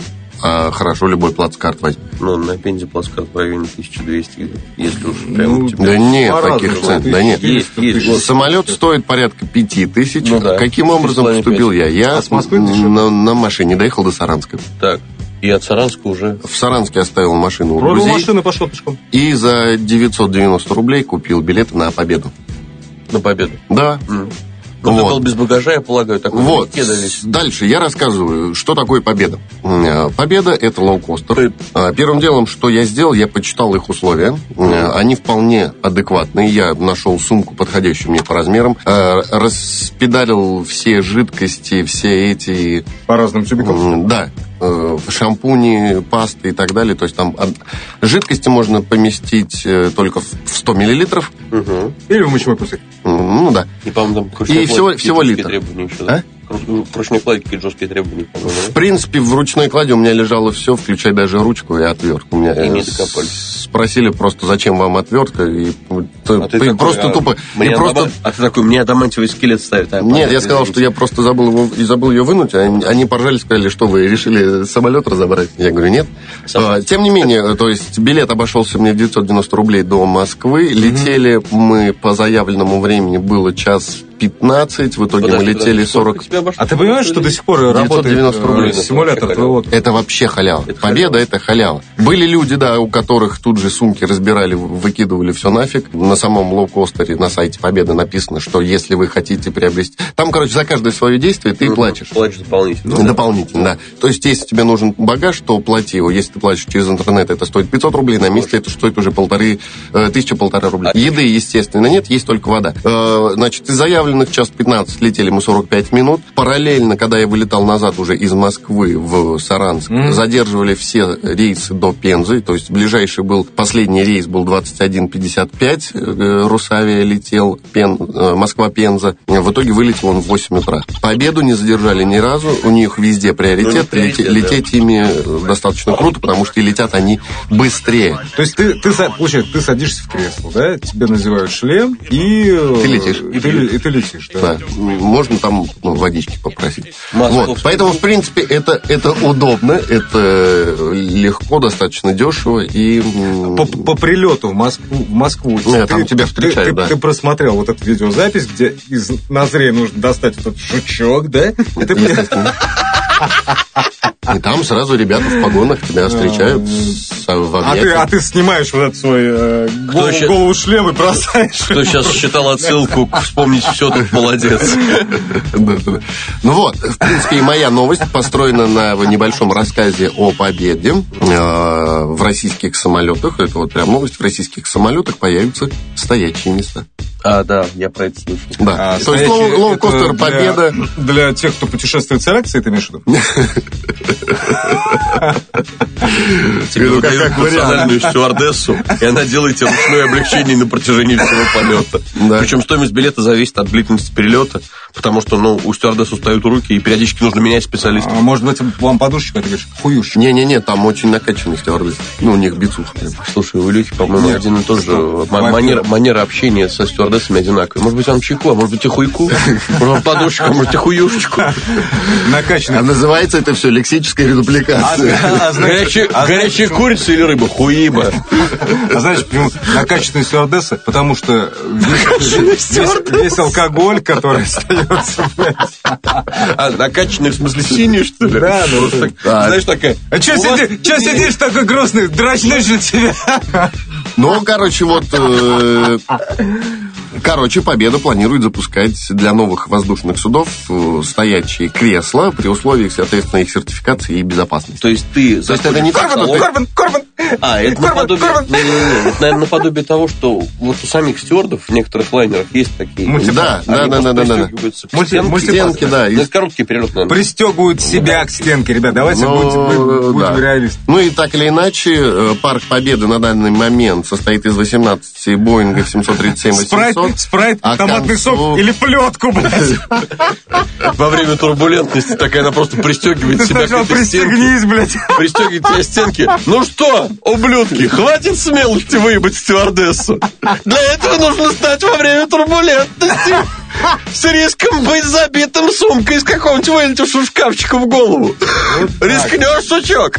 А хорошо, любой плацкарт возьми. Ну, на Пензе плацкарт в районе тысяча двести, если уж прям Ну, тебе... Да нет по-разному, таких цен, тысяча да нет. Есть, есть. Вот. Самолет стоит порядка пяти тысяч. Ну да. Каким образом Четыре с поступил я? Я А с Москвы дешевле? на, на машине доехал до Саранска. Так, и от Саранска уже... В Саранске оставил машину у Продал друзей. машину и пошел пешком. И за девятьсот девяносто рублей купил билеты на победу. На победу. Да. Mm. Ну, Вот. ты был без багажа, я полагаю, так Вот. кидались. Дальше я рассказываю, что такое победа. Э, Победа – это лоукостер. Э, Первым делом, что я сделал, я почитал их условия. Э, Они вполне адекватные. Я нашел сумку, подходящую мне по размерам. Э, Распедалил все жидкости, все эти... По разным тюбикам. М, Да, э, шампуни, пасты и так далее. То есть там от- жидкости можно поместить э, только в сто миллилитров. Угу. Или в мочевой пузырь. М, Ну да. И, по-моему, там И всего- всего жесткие литр. требования еще, А? да? В ручной кладе какие жесткие требования, по-моему, В принципе, в ручной кладе у меня лежало все, включая даже ручку и отвертку. У меня И э, не с- докопались. Спросили просто, зачем вам отвертка, и вот, э, А ты и такой, просто а, тупо... Мне и просто... адама- А ты такой, мне адамантиевый скелет ставят. А, Нет, понятно, я сказал, что я просто забыл его и забыл ее вынуть. Они, они поржали, сказали, что вы решили самолет разобрать. Я говорю, нет. А, тем не менее, то есть билет обошелся мне в девятьсот девяносто рублей до Москвы. Летели мы по заявленному времени, было час пятнадцать. В итоге Подожди, мы летели подожди, сколько сорок... тебе обошлось? А ты понимаешь, что до сих пор девятьсот работает девяносто э, рублей. симулятор Это твоего? Это вообще халява. Это Победа халява. это халява. Были люди, да, у которых тут же сумки разбирали, выкидывали все нафиг. На самом лоукостере на сайте Победы написано, что если вы хотите приобрести... Там, короче, за каждое свое действие ты платишь. Платишь дополнительно. Дополнительно, да. То есть, если тебе нужен багаж, то плати его. Если ты платишь через интернет, это стоит пятьсот рублей. На месте это стоит уже полторы, э, тысяча полтора рублей. А- Еды, естественно, нет, есть только вода. Э, значит, из заявленных час пятнадцать летели мы сорок пять минут. Параллельно, когда я вылетал назад уже из Москвы в Саранск, Мгм. задерживали все рейсы до Пензы. То есть, ближайший был, последний рейс был двадцать один пятьдесят пять. Э, Русавия летел, Пен, э, Москва-Пенза. В итоге вылетел он в восемь утра. Победу не задержали ни разу. У них везде приоритет. Ну, приоритет, Лете- да. Лететь ими достаточно круто, потому что и летят они быстрее. То есть ты, ты, са- получается, ты садишься в кресло, да? Тебе надевают шлем, и... э, Ты летишь. И ты, и ты летишь, да. Да. Можно там ну, водички попросить. Московский. Вот. Поэтому, в принципе, это, это удобно, это легко, достаточно дешево и... м, По, по прилету в Москву, в Москву Нет, там тебя встречают, ты, ты- да. ты просмотрел вот эту видеозапись, где из ноздрей нужно достать этот жучок, да? И ты- Естественно. И там сразу ребята в погонах тебя встречают с- в а, ты, объятиях. а ты снимаешь вот этот свой э, голову, щас- голову шлем и бросаешь. Кто сейчас считал отсылку к «Вспомнить все», тут молодец. Да-да-да. Ну вот, в принципе, и моя новость построена на небольшом рассказе о победе э, в российских самолетах. Это вот прям новость. В российских самолетах появятся стоячие места. А, да, я про это слышал. Да. А, То есть стоящие- лоу- лоукостер это для- «Победа». Для тех, кто путешествует с эрекцией, ты имеешь в виду? Тебе Ну, как- выдают как вариант. национальную стюардессу, и она делает тебе ручное облегчение на протяжении всего полета. Да. Причем стоимость билета зависит от длительности перелета, потому что, ну, у стюардессы устают руки, и периодически нужно менять специалиста. А может быть, вам подушечку, а ты говоришь, хуюшечку. Не-не-не, там очень накачанный стюардесс. Ну, у них бицуха прям. Слушай, у Илюхи, по-моему, Нет, один и тот же стоп. ма- манера, манера общения со стюардессами одинаковая. Может быть, вам чайку, а может быть, и хуйку, может, вам подушечку, а может, и хуюшечку. Накачанный. А называется это все лексическая редупликация. А, а, знаете, Горячая, а знаете, горячая почему- курица или рыба? Хуиба. А знаешь, почему накачанные стюардессы? Потому что весь, весь- весь алкоголь, который остается, блядь. А накачанная, в смысле, синяя, что ли? Да, ну, Просто так, да. знаешь, такая... А что у вас- сиди, чё сидишь такой грустный? Дрочнуть же тебя. Ну, короче, вот... э, Короче, Победа планирует запускать для новых воздушных судов э, стоячие кресла при условиях, соответственно, их сертификации и безопасности. То есть ты... То есть это не так, что ты- Корбан, Корбан. А, это Корбан, наподобие, Корбан. не-не-не, это, наверное, наподобие того, что вот у самих стюардов в некоторых лайнерах есть такие... Да, да, Они да, просто да, да, да. пристегиваются к Мульти- стенке. мультипасс, Стенки, да. Ну, и- это короткий перелет, наверное. Пристегивают себя к стенке, ребят. Давайте Ну, будем, будем, да. будем реалистами. Ну и так или иначе, э, парк Победы на данный момент состоит из восемнадцати Боингов семьсот тридцать семь Спрайт, восемьсот. спрайт, А томатный концу- сок или плетку, блядь. Во время турбулентности такая она просто пристегивает Ты себя к сначала этой стенке. пристегнись, блядь. Пристегивает тебя к стенке. Ну что, ублюдки, хватит смелости выебать стюардессу. Для этого нужно стать во время турбулентности. С риском быть забитым сумкой из какого-нибудь вылетевшего шкафчика в голову. Рискнешь, сучок?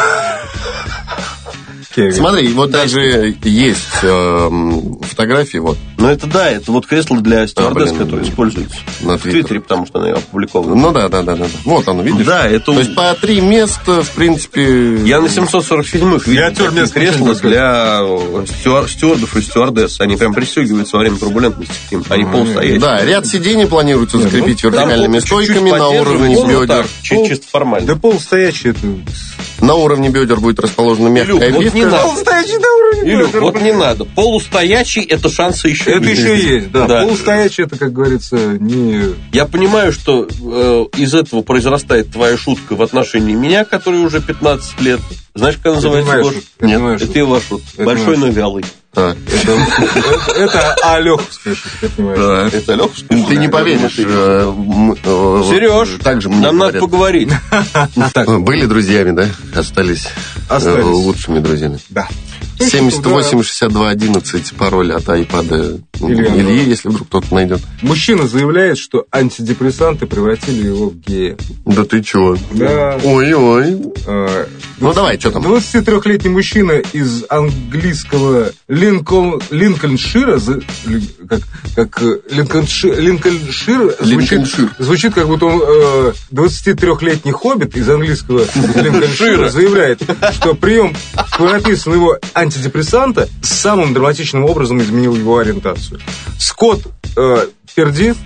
Смотри, вот даже есть э, фотографии, вот. Ну, это да, это вот кресло для стюардесс, А, блин, которое используется на в Твиттере, потому что оно опубликовано. Ну да, да, да, да. Вот оно, видишь? Да, это... То есть по три места, в принципе... Я на семьсот сорок седьмых видел Я тер такие место кресла очень для стюар- стюардов и стюардесс. Они прям пристегиваются во время турбулентности. к ним. Они полустоящие. Да, ряд сидений планируется закрепить Там вертикальными чуть-чуть стойками на поддерживать, уровне ну, бедер. так, чуть- чисто формально. Да полустоячий это... На уровне бедер будет расположена Илюх, мягкая вот обивка. не надо. Полустоячий на уровне. Илюх, вот не надо. Полустоячий, это шансы еще Это есть. еще есть, да. Да. Полустоячий это, как говорится, не... Я понимаю, что э, из этого произрастает твоя шутка в отношении меня, который уже пятнадцать лет. Знаешь, как называется моя его? шутка, это Нет, моя это шутка. его шутка. Это Большой, моя но вялый. А, Это, это Алёховская шутка, ты понимаешь. да. Это Лёховская? Ты не поверишь. э, м, э, Сереж, также мне нам надо говорят. поговорить. Э, Были друзьями, да? Остались, э, Остались. лучшими друзьями. Да. семьдесят восемь шестьдесят два одиннадцать пароль от айпада Ильи. Ильи, если вдруг кто-то найдет. Мужчина заявляет, что антидепрессанты превратили его в гея. Да ты чё? Да. Ой-ой. Э, Ну давай, что там? двадцатитрёхлетний мужчина из английского Линкол... Линкольншира, за- ли- как, как э, Линкольнши... Линкольншир, звучит, Линкольншир. звучит, как будто он э, двадцатитрёхлетний хоббит из английского Линкольншира заявляет, что прием прописанного антидепрессанта самым драматичным образом изменил его ориентацию. Скотт э, Перди,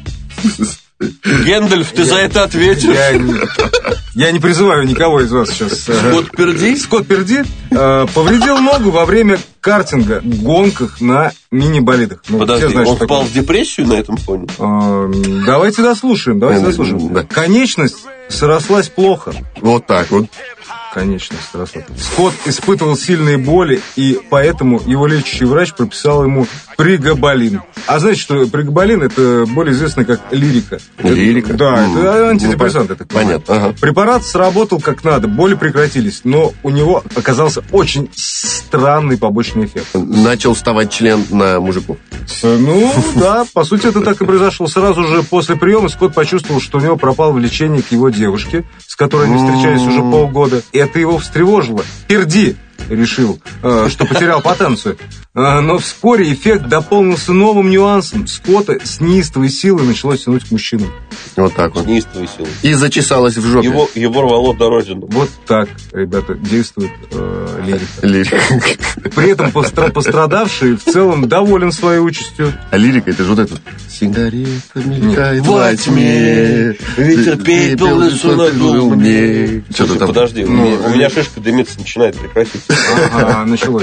Гэндальф, ты за это ответишь? я, не- я не призываю никого из вас сейчас. э, Скотт Перди? Скотт Перди э, повредил ногу во время картинга, гонках на мини-болидах. Ну, Подожди, все знают, он что впал такое. в депрессию на этом фоне? Эм, Давайте дослушаем, давайте Да, дослушаем. да. Конечность срослась плохо. Вот так вот. Конечность срослась. Скотт испытывал сильные боли, и поэтому его лечащий врач прописал ему пригабалин. А знаете, что пригабалин это более известно как лирика. Лирика? Это- да, М, это антидепрессант. ну, я так понимаю. понятно, ага. Препарат сработал как надо, боли прекратились, но у него оказался очень странный побочный эффект. Начал вставать член на мужику. Ну, да, по сути, это так и произошло. Сразу же после приема Скотт почувствовал, что у него пропало влечение к его девушке, с которой они встречались уже полгода. И это его встревожило. Перди решил, э, что потерял потенцию. Э, Но вскоре эффект дополнился новым нюансом. Скотта с неистовой силой началось тянуть к мужчинам. Вот так вот. Неистовой силы. И зачесалась в жопе. Его, его рвало до родины. Вот так, ребята, действует э, лирика. Лирика. При этом постра- пострадавший в целом доволен своей участью. А лирика это же вот это. Сигарета мелькает Во тьме, ветер пепел лицо надул мне. Что-то Слушай, там. подожди, у, меня, у меня шишка дымиться начинает, прекратить. Ага, началось.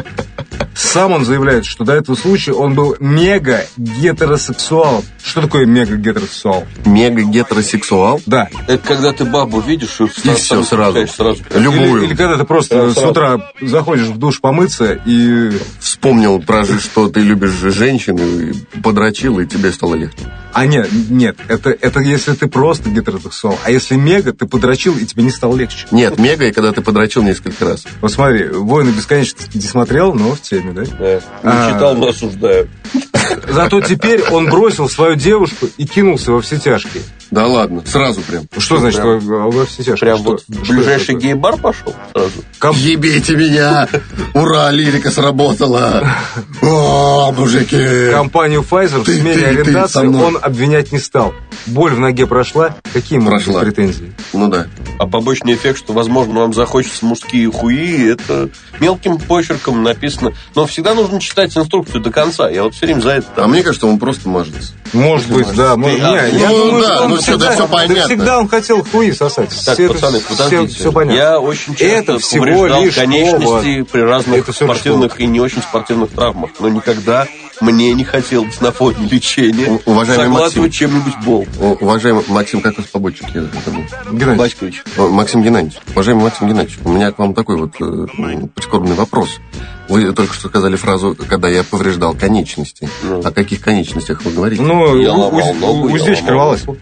Сам он заявляет, что до этого случая он был мега-гетеросексуалом. Что такое мега-гетеросексуал? Мега-гетеросексуал. Да. Это когда ты бабу видишь и, И все сразу. сразу. Любую. Или, или когда ты просто Прям с сразу. утра заходишь в душ помыться и... Вспомнил про ж- что ты любишь женщин, и подрочил, и тебе стало легче. А нет, нет, это, это если ты просто гетеросексуал. А если мега, ты подрочил, и тебе не стало легче. Нет, мега, и когда ты подрочил несколько раз. Вот смотри, «Войны бесконечности» не смотрел, но в теме, да? Да. Не А. читал, но осуждаю. Зато теперь он бросил свою девушку и кинулся во все тяжкие. Да ладно, сразу прям. Что значит во, во все тяжкие? Прям Что- вот в что ближайший это гей-бар пошел сразу. такое? Ком- Ебейте меня! Ура, лирика сработала! О, мужики! Компанию Pfizer в Ты, смене ты, ты ориентации со мной. он обвинять не стал. Боль в ноге прошла. Какие могут быть Прошла. претензии? Ну да. А побочный эффект, что, возможно, вам захочется мужские хуи, это мелким почерком написано. Но всегда нужно читать инструкцию до конца. Я вот все время за это... А мне кажется, он просто мажется. Может быть, да. может- Ты- а, не, ну я думаю, да, что он ну всё, да всегда- всё понятно. всегда он хотел хуи сосать. Так, Все это- пацаны, все- подождите. все понятно. Я очень часто Это всего повреждал лишь конечности повод. при разных Это всего лишь спортивных и не очень спортивных травмах. Но никогда мне не хотелось на фоне лечения У- уважаемый закладывать чем-нибудь бол. О, уважаемый Максим, как вас побочек? Я забыл. Геннадий, Батькович. О, Максим Геннадьевич, уважаемый Максим Геннадьевич, у меня к вам такой вот э, м, прискорбный вопрос. Вы только что сказали фразу, когда я повреждал конечности. Ну. О каких конечностях вы говорите? ну, Я у- ломал уз- ногу, я уздечка ломал рвалась.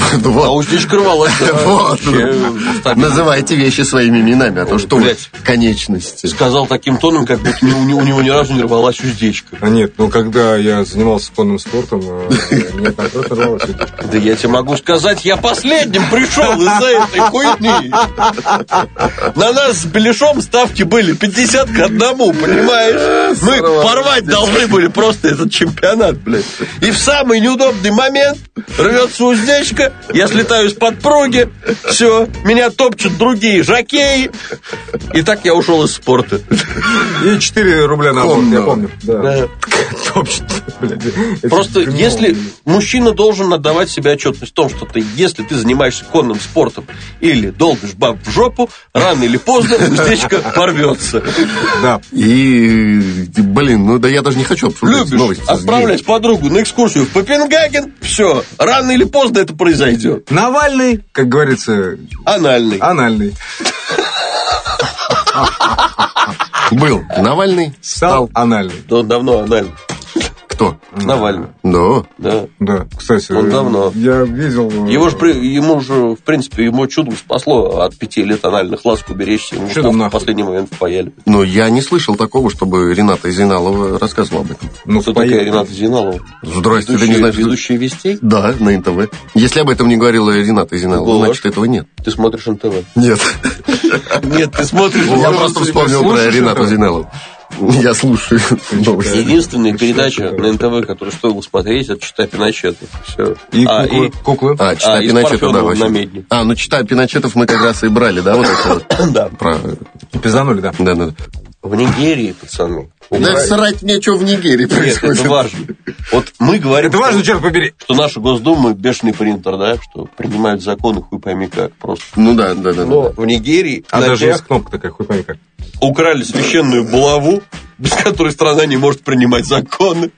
Вот. А уздечка рвалась. да, Вот. вообще стабильно. Называйте вещи своими именами, а то что вы, Блядь. конечности. Сказал таким тоном, как будто у него, у него ни разу не рвалась уздечка. А нет, ну когда я занимался конным спортом, мне конкретно рвалось. Да я тебе могу сказать, я последним пришел из-за этой хуйни. На нас с Беляшом ставки были пятьдесят к одному, понимаешь? Мы порвать должны были просто этот чемпионат, блядь. И в самый неудобный момент рвется уздечка, я слетаю с подпруги, все, меня топчут другие жокеи. И так я ушел из спорта. И четыре рубля на борт, я помню. Да. Топчет, блядь. Просто Это если мужчина должен отдавать себе отчетность в том, что ты, если ты занимаешься конным спортом или долбишь баб в жопу, рано или поздно уздечка порвется. Да. И, блин, ну да я даже не хочу обсуждать Любишь новости. отправлять подругу на экскурсию в Копенгаген, все, рано или поздно это произойдет. Навальный, как говорится, Анальный. анальный. Был Навальный, Стал стал анальный. Да он давно анальный. кто? Навальный. Да. Да. Да, кстати, Он давно. я видел... Его же, при- ему же, в принципе, ему чудом спасло от пяти лет анальных ласк уберечься. Ему Чудом в нахуй. последний момент впаяли. Но я не слышал такого, чтобы Рената Зейналова рассказывала об этом. Ну, Кто впаяли. такая Рената Зейналова? Здрасте, ты Ведущая, не знаешь, кто- ведущая вестей? Да, на эн тэ вэ. Если об этом не говорила Рената Зейналова, Вот. значит, этого нет. Ты смотришь эн тэ вэ? Нет. Нет, ты смотришь... Я просто вспомнил про слушаешь Ренату это? Зейналову. Я слушаю новости. Единственная передача на эн тэ вэ, которую стоило смотреть, это «Чита Пиночетов». Все. И а, куклы. и- куклы. А, чита А, из Пиночета, да, Парфенова вообще. на Медне. А, ну чита Пиночетов мы как раз и брали, да, вот это вот? Да. Про... Пизанули, да. Да, да. В Нигерии, пацаны. Да срать мне, что в Нигерии Нет, происходит. это важно. Вот мы говорим, Это важно, что, черт побери. что наша Госдума бешеный принтер, да, что принимают законы, хуй пойми как, просто. Ну да, да, да. Но да. в Нигерии А на даже днях есть кнопка такая, хуй пойми как. украли священную булаву, без которой страна не может принимать законы.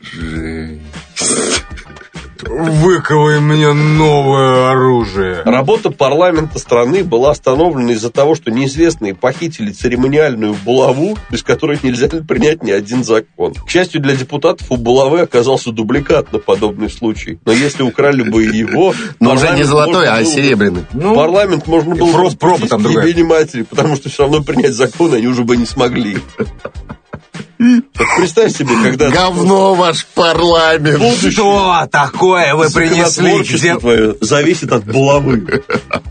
Выковай мне новое оружие. Работа парламента страны была остановлена из-за того, что неизвестные похитили церемониальную булаву, без которой нельзя принять ни один закон. К счастью для депутатов, у булавы оказался дубликат на подобный случай. Но если украли бы его... Но уже не парламент золотой, можно а было бы- серебряный. Ну, Парламент можно было про- бы проба распустить там к другая. ебени матери, потому что все равно принять закон они уже бы не смогли. Вот представь себе, когда... Говно ваш парламент. что такое вы принесли? Законотворчество Где... твое зависит от булавы.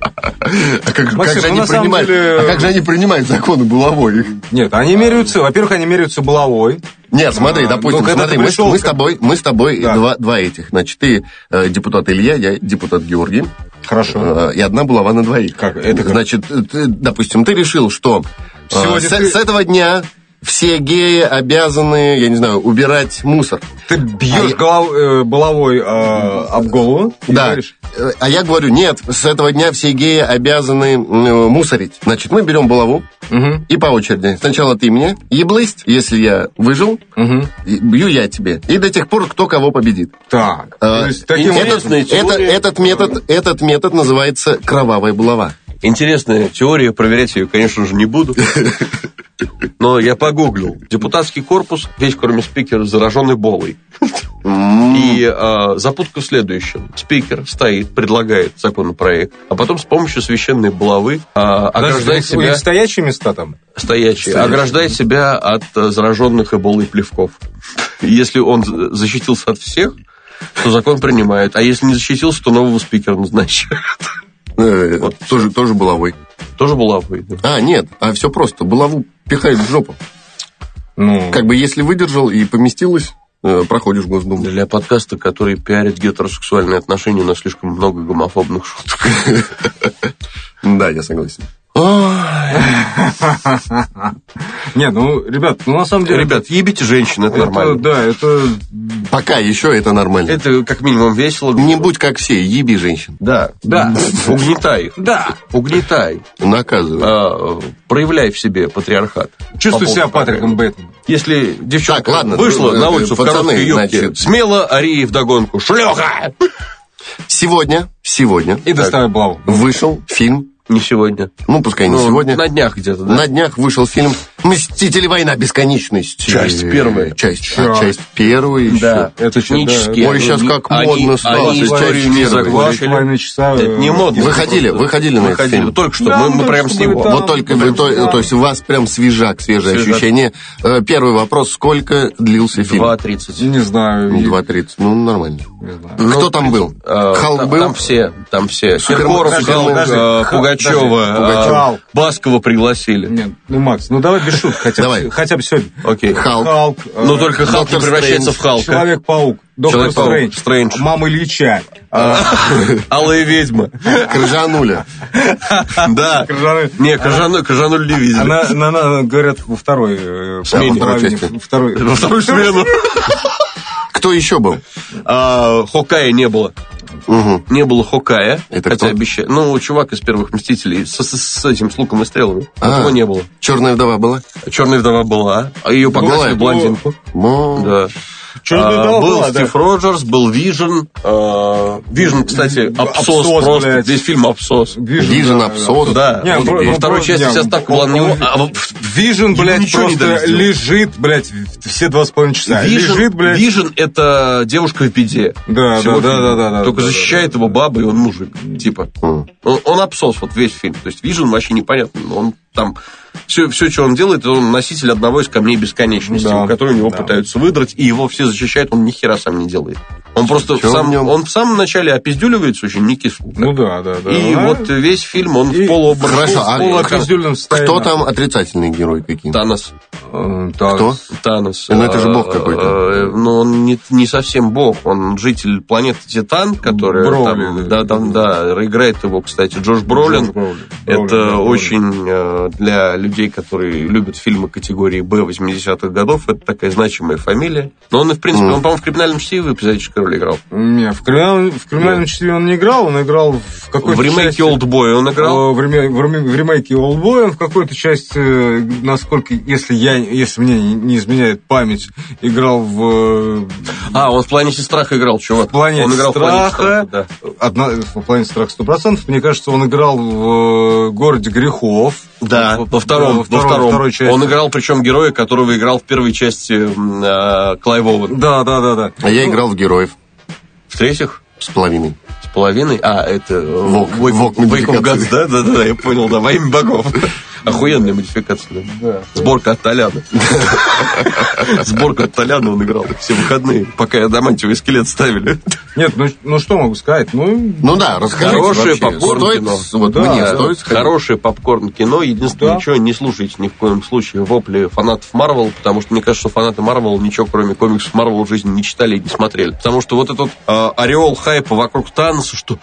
А как, Максим, как же ну, они на самом принимают, деле- а как же они принимают законы булавой? Нет, они меряются, во-первых, они меряются булавой. Нет, смотри, А, допустим, ну, когда смотри, ты мы, пришел мы с к- тобой, мы с тобой Да. два, два этих. Значит, ты э, депутат Илья, я депутат Георгий. Хорошо. Э, и одна булава на двоих. Как? Это как? Значит, ты, допустим, ты решил, что э, Сегодня с, ты- с этого дня все геи обязаны, я не знаю, убирать мусор. Ты бьешь голов- э, булавой э, об голову и Да. говоришь, Э, А я говорю, нет, с этого дня все геи обязаны м, мусорить. Значит, мы берем булаву Мгм. и по очереди. Сначала ты мне, еблысть, если я выжил, Мгм. и бью я тебе. И до тех пор, кто кого победит. Так. А, То есть таким этот, интересная этот, теория. этот метод, этот метод называется кровавая булава. Интересная теория, проверять ее, конечно же, не буду. Но я погуглил. Депутатский корпус, весь кроме спикера, заражен эболой. И э, запутка в следующем. Спикер стоит, предлагает законопроект, а потом с помощью священной булавы э, ограждает Подожди, у них себя, стоячие места там? стоячие, Стоячие. ограждает себя от э, зараженных эболой плевков. И если он з- защитился от всех, то закон принимают. А если не защитился, то нового спикера назначают. Э, вот, тоже, тоже булавой. Тоже булавой. да. А, нет, а все просто. Булаву пихают в жопу. Ну, Как бы если выдержал и поместилось, э, проходишь Госдуму. Для подкаста, который пиарит гетеросексуальные отношения, у нас слишком много гомофобных шуток. Да, я согласен. нет, ну, ребят, ну на самом деле... Ребят, ебите женщин, это это, нормально. да, это... Пока еще это нормально. Это как минимум весело. Не будь как все, еби женщин. Да, да. Угнетай их. Да. Угнетай. Наказывай. А, проявляй в себе патриархат. Чувствую По себя поводу Патриком Бэтменом. Если девчонка Так, ладно, вышла э, на улицу в пацаны, короткой юбке, значит- смело ори ей вдогонку. Шлёха! Сегодня, сегодня И доставай булаву. вышел фильм, Не сегодня. ну, пускай не Ну, сегодня, На днях где-то, да? на днях вышел фильм Мстители. Война. Бесконечность. Часть первая. Часть, а, часть первая еще. Да, это технически. Ой, сейчас как они, модно стало. Они историю не закончили. часа. Это не модно. Вы ходили, вы ходили на этот фильм? Только что, Да, мы, мы мы только прям что с него. были там. Вот только вы, то, то есть у вас прям свежак, свежее Свежак. ощущение. Э, Первый вопрос, сколько длился фильм? два тридцать. Не знаю. Ну, два тридцать, ну, нормально. Не знаю. Ну, Кто там был? Э, Халк там, был? Там все, там все. Супер- Киркоров, Подожди, Халк, подожди. э, Ха- Пугачева, подожди. Пугачева. э, Баскова пригласили. Нет, ну, Макс, ну давай без шуток хотя, Давай. бы, хотя бы сегодня. Окей. Халк. Халк. э, Но только Халк не Доктор превращается Стрэндж. в Халка. Человек-паук. Доктор Человек-паук. Стрэндж. Стрэндж. Мама Ильича. э, Алая ведьма. Крыжануля. Да. Крыжануль. Не, Крыжану- Крыжануль не видели. Она, она, она, говорят, во второй э, Смене. половине, Второй части. второй. Во вторую смену. Кто еще был? А, Хокая не было. Угу. Не было Хокая. Это хотя кто? обещали. Ну, чувак из первых Мстителей с, с- с этим, с луком и стрелами. А. Его не было. Черная вдова была? Черная вдова была. А ее покрасили Голая? в блондинку. Мо. Да. Черная А, вдова был была, Стив да. Роджерс, был Вижн. Вижн, кстати, абсос, Абсос, просто. блядь. Здесь фильм абсос. Вижн, абсос. Да. Не, Вот про- во ну, второй про- части не, вся ставка была на него. А вот Вижн, ему блядь, ничего не дали просто сделать. лежит, блядь, все два с половиной часа. Вижн, Лежит, блядь. Вижн это девушка в беде. Да, Всего да, да, фильма. да, да, да, Только да, защищает его баба, и он мужик. Типа. М. Он, он абсос, вот весь фильм. То есть Вижн вообще непонятно. Он там все, все, что он делает, он носитель одного из камней бесконечности, Да. который у него Да. пытаются выдрать, и его все защищают, он ни хера сам не делает. Он просто в, Чё в сам, нем? он в самом начале опиздюливается очень, не кисло. Ну да, да, да. И А? вот весь фильм он И- в полуобмороке. Хорошо, а в полуобмороке. Опиздюльном состоянии. Кто там отрицательный герой какие? Танос. Э, так. Кто? Танос. Ну, это же бог Э, какой-то. э, Ну, он не, не совсем бог. Он житель планеты Титан, который Броули, там, да. да, там, да, играет его, кстати, Джош Бролин. Джош Бролин. Это Бролин, да, очень э, для людей, которые любят фильмы категории Б восьмидесятых годов, это такая значимая фамилия. Но он, и, в принципе, Mm. он, по-моему, в «Криминальном чтиве» в эпизодической роли играл. Не, в криминальном, в криминальном чтиве он не играл, он играл в какой-то В ремейке части- «Олдбой» он играл. Э, В, реме- в реме- в ремейке «Олдбой» он в какой-то части, э, насколько, если я, если мне не- не изменяет память, играл в э, А, он в «Планете страха» играл, чувак. «Планете он играл в «Планете страха». страха», да. Одна, в «Планете страха» сто процентов. Мне кажется, он играл в э, «Городе грехов». Да, во, во втором, во во втором. второй части. Он играл, причем героя, которого играл в первой части м, э, Клайв Оуэн. Да, да, да, да. А я играл в героев В-третьих, с половиной. с половиной. А, это э, Вок, Wake- Вок Wake of модификация. Gods, да, да, да, да, я понял, да, во имя богов. Охуенная модификация. Да. Сборка от Толяна. Сборка от Толяна он играл все выходные, пока адамантиевый скелет ставили. Нет, ну, ну что могу сказать? Ну, Ну да, расскажите Хорошее вообще. попкорн Стоит, кино. вот Да, мне да. стоит сходить? Хорошее попкорн кино. Единственное, Да. ничего не слушайте ни в коем случае вопли фанатов Марвел, потому что мне кажется, что фанаты Марвел ничего, кроме комиксов Марвел, в жизни не читали и не смотрели. Потому что вот этот э, ореол хайпа вокруг Таноса, что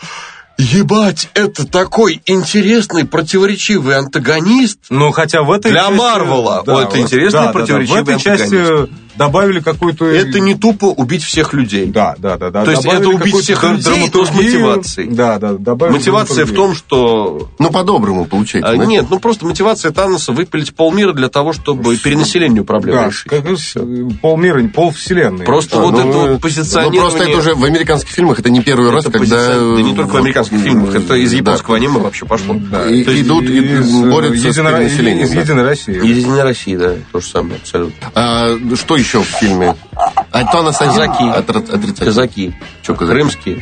ебать, это такой интересный, противоречивый антагонист. ну, хотя в этой Для части... Марвела. Вот это интересный, да, да, да. противоречивый В этой части антагонист. добавили какую-то... Это не тупо убить всех людей. Да, да, да. да. То есть Добавили это убить какую-то всех дра- людей, но с драматургию. мотивацией. Да, да, добавили Мотивация в драматургию. том, что Ну, по-доброму получается, А, да? Нет, ну просто мотивация Таноса выпилить полмира для того, чтобы перенаселению проблем Да, решить. как раз полмира, полвселенной. Просто А, вот ну, это вот Ну, позиционирование... просто это уже в американских фильмах, это не первый раз, это когда... позицион- Да не только в американских фильмах, это из Да. японского аниме вообще пошло. Да. И- То есть идут и Из, борются с Едино- перенаселением. из да. Единой России. Из Единой России, да, то же самое, абсолютно. А, что еще в фильме? А Танос один Казаки. отр- отрицательный. Казаки. Чё казаки? Крымские.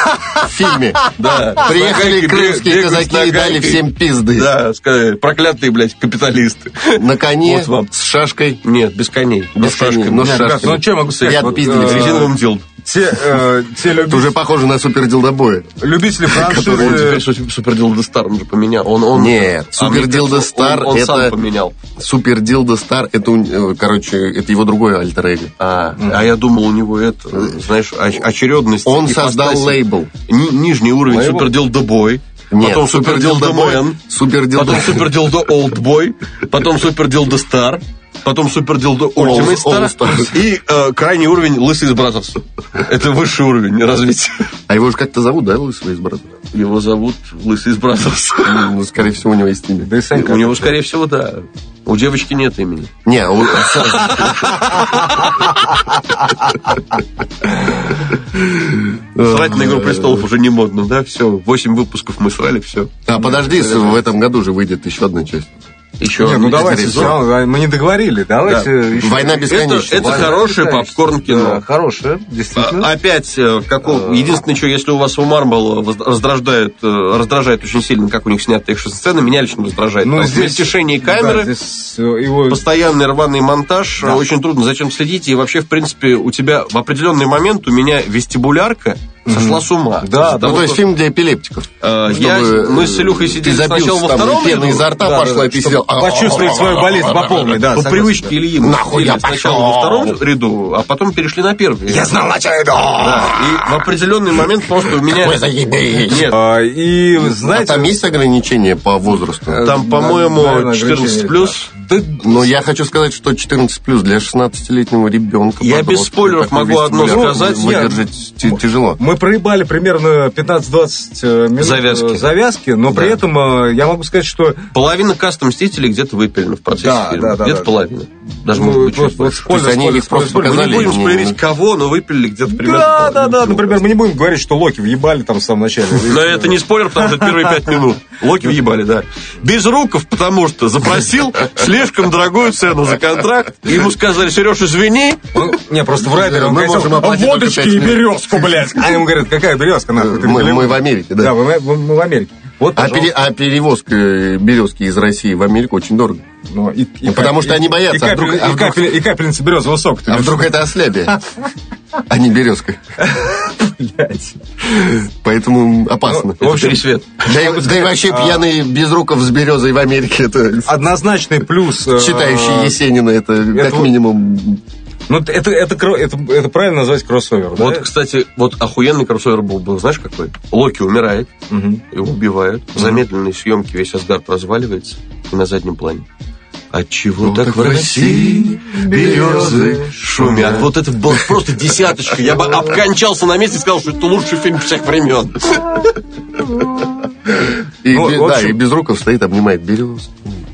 В фильме. Да. Приехали Нагайкой, крымские бегают с казаки и дали нагайкой. всем пизды. Да, сказали, проклятые, блядь, капиталисты. На коне, Вот вам. с шашкой. Нет, без коней. Без с шашками. коней, но с Нет, шашками. Ну, что я могу сказать? Я Вот, отпиздили э, с резиновым дилдом. Те, э, те Это люби- уже похоже на супер дилдобоя. любители Он франшизы... теперь су- супер дилдо Стар, он же поменял. Он, он, Нет, а Супер мне кажется, Дилдо он- Стар Он, сам это- поменял. Супер Дилдо Стар, это, у- э, короче, это его другое альтер-эго. А, а я думал, у него это, знаешь, оч- очередность. Он ипостаси. создал лейбл. Ни- нижний уровень Лейбл? Супер Дилдо Бой. Нет, Потом Супер Дилдо Мэн. Супер Дилдо... Потом Супер Дилдо Олд Бой. Потом Супер Дилдо Стар. Потом Супер Дилдо Ультимейт Стар. All Star. И э, крайний уровень Лысый из Бразерс. Это высший уровень развития. А его же как-то зовут, да, Лысого из брата? Его зовут Лысый из Бразерс. Ну, скорее всего, у него есть имя. Да и Санька. У него, скорее всего, да. У девочки нет имени. Не, у- Срать на «Игру престолов» уже не модно, да? Все, восемь выпусков мы срали, все. А подожди, в этом году же выйдет еще одна часть. Еще Нет, ну это давайте, сезон. все, мы не договорили. Давайте Да. еще. Война Это, бесконечна. это Война хорошее бесконечна. попкорн-кино. Да, хорошее, действительно. А- Опять, э, какого, единственное, что, если у вас у Марвел воз- раздражает, э, раздражает очень сильно, как у них сняты экшн-сцены, меня лично раздражает. Ну, Потому что здесь- мельтешение Да, камеры, здесь э, его... постоянный рваный монтаж, Да. очень трудно зачем следить. И вообще, в принципе, у тебя в определенный момент у меня вестибулярка сошла с ума. Да, Из-за Ну, того, то есть что, фильм для эпилептиков. э, Чтобы, я, мы с Илюхой ты сидели забился сначала во там, втором и пена ряду. изо рта Да, пошла, да, и ты сидел... Почувствовать свою болезнь по полной, да. По согласен, привычке да. Ильи мы Нахуй я сидели сначала пошел. во втором ряду, а потом перешли на первый. Я знал, на что иду! Да, и в определенный момент просто у меня... Ой, заебись. Нет, А, и, А знаете... там есть ограничения по возрасту? там, Да, по-моему, наверное, четырнадцать плюс. Да, Но я хочу сказать, что четырнадцать плюс для шестнадцатилетнего ребенка. Я без спойлеров могу одно сказать. Выдержать Я- ти- тяжело. Мы проебали примерно пятнадцать-двадцать минут Завязки. э, завязки, но при Да. этом э, я могу сказать, что Половина каст «Мстителей» где-то выпилена в процессе Да, фильма. да, да, где-то да. половина. Даже, ну, может быть, чуть вот- вот больше. спойлер, То есть они спойлер, их просто спойлер, Мы не показали, будем не- спойлерить, кого, но выпилили где-то примерно Да, половину. да, да, например, мы не будем говорить, что Локи въебали там в самом начале. Но это не спойлер, потому что это первые пять минут. Локи въебали, да. Безруков, потому что запросил слишком дорогую цену за контракт. И ему сказали: Сереж, извини. Он- не, просто в Райдере он Мы хотел можем оплатить только водочки пять и минут. березку, блядь. А ему говорят, какая березка, нахуй? ты Мы, в мы в Америке, да. Да, мы, мы- мы в Америке. Вот, А, пожалуйста. пере- а перевозка березки из России в Америку очень дорого. Ну, и- и Ну, потому капель- что они боятся, И, а вдруг- капель- а и вдруг- капель- и капельница березового сока. ты А видишь? вдруг это ослябие, а не березка. Блядь. Поэтому опасно. Ну, в общем, Пересвет. Да и, да и вообще а- пьяный Безруков с березой в Америке, это Однозначный плюс. э, читающий Есенина, это как вот- минимум... Ну, это, это, кро- это, это правильно назвать кроссовер, да? Вот, кстати, вот охуенный кроссовер был, был, знаешь, какой? Локи умирает, Мгм. его убивают. В замедленной съемке весь Асгард разваливается, и на заднем плане. Отчего так в России березы шумят? Вот это было просто десяточка. Я бы обкончался на месте и сказал, что это лучший фильм всех времен. И, Ну, бе- в да, общем- и Безруков стоит, обнимает березу.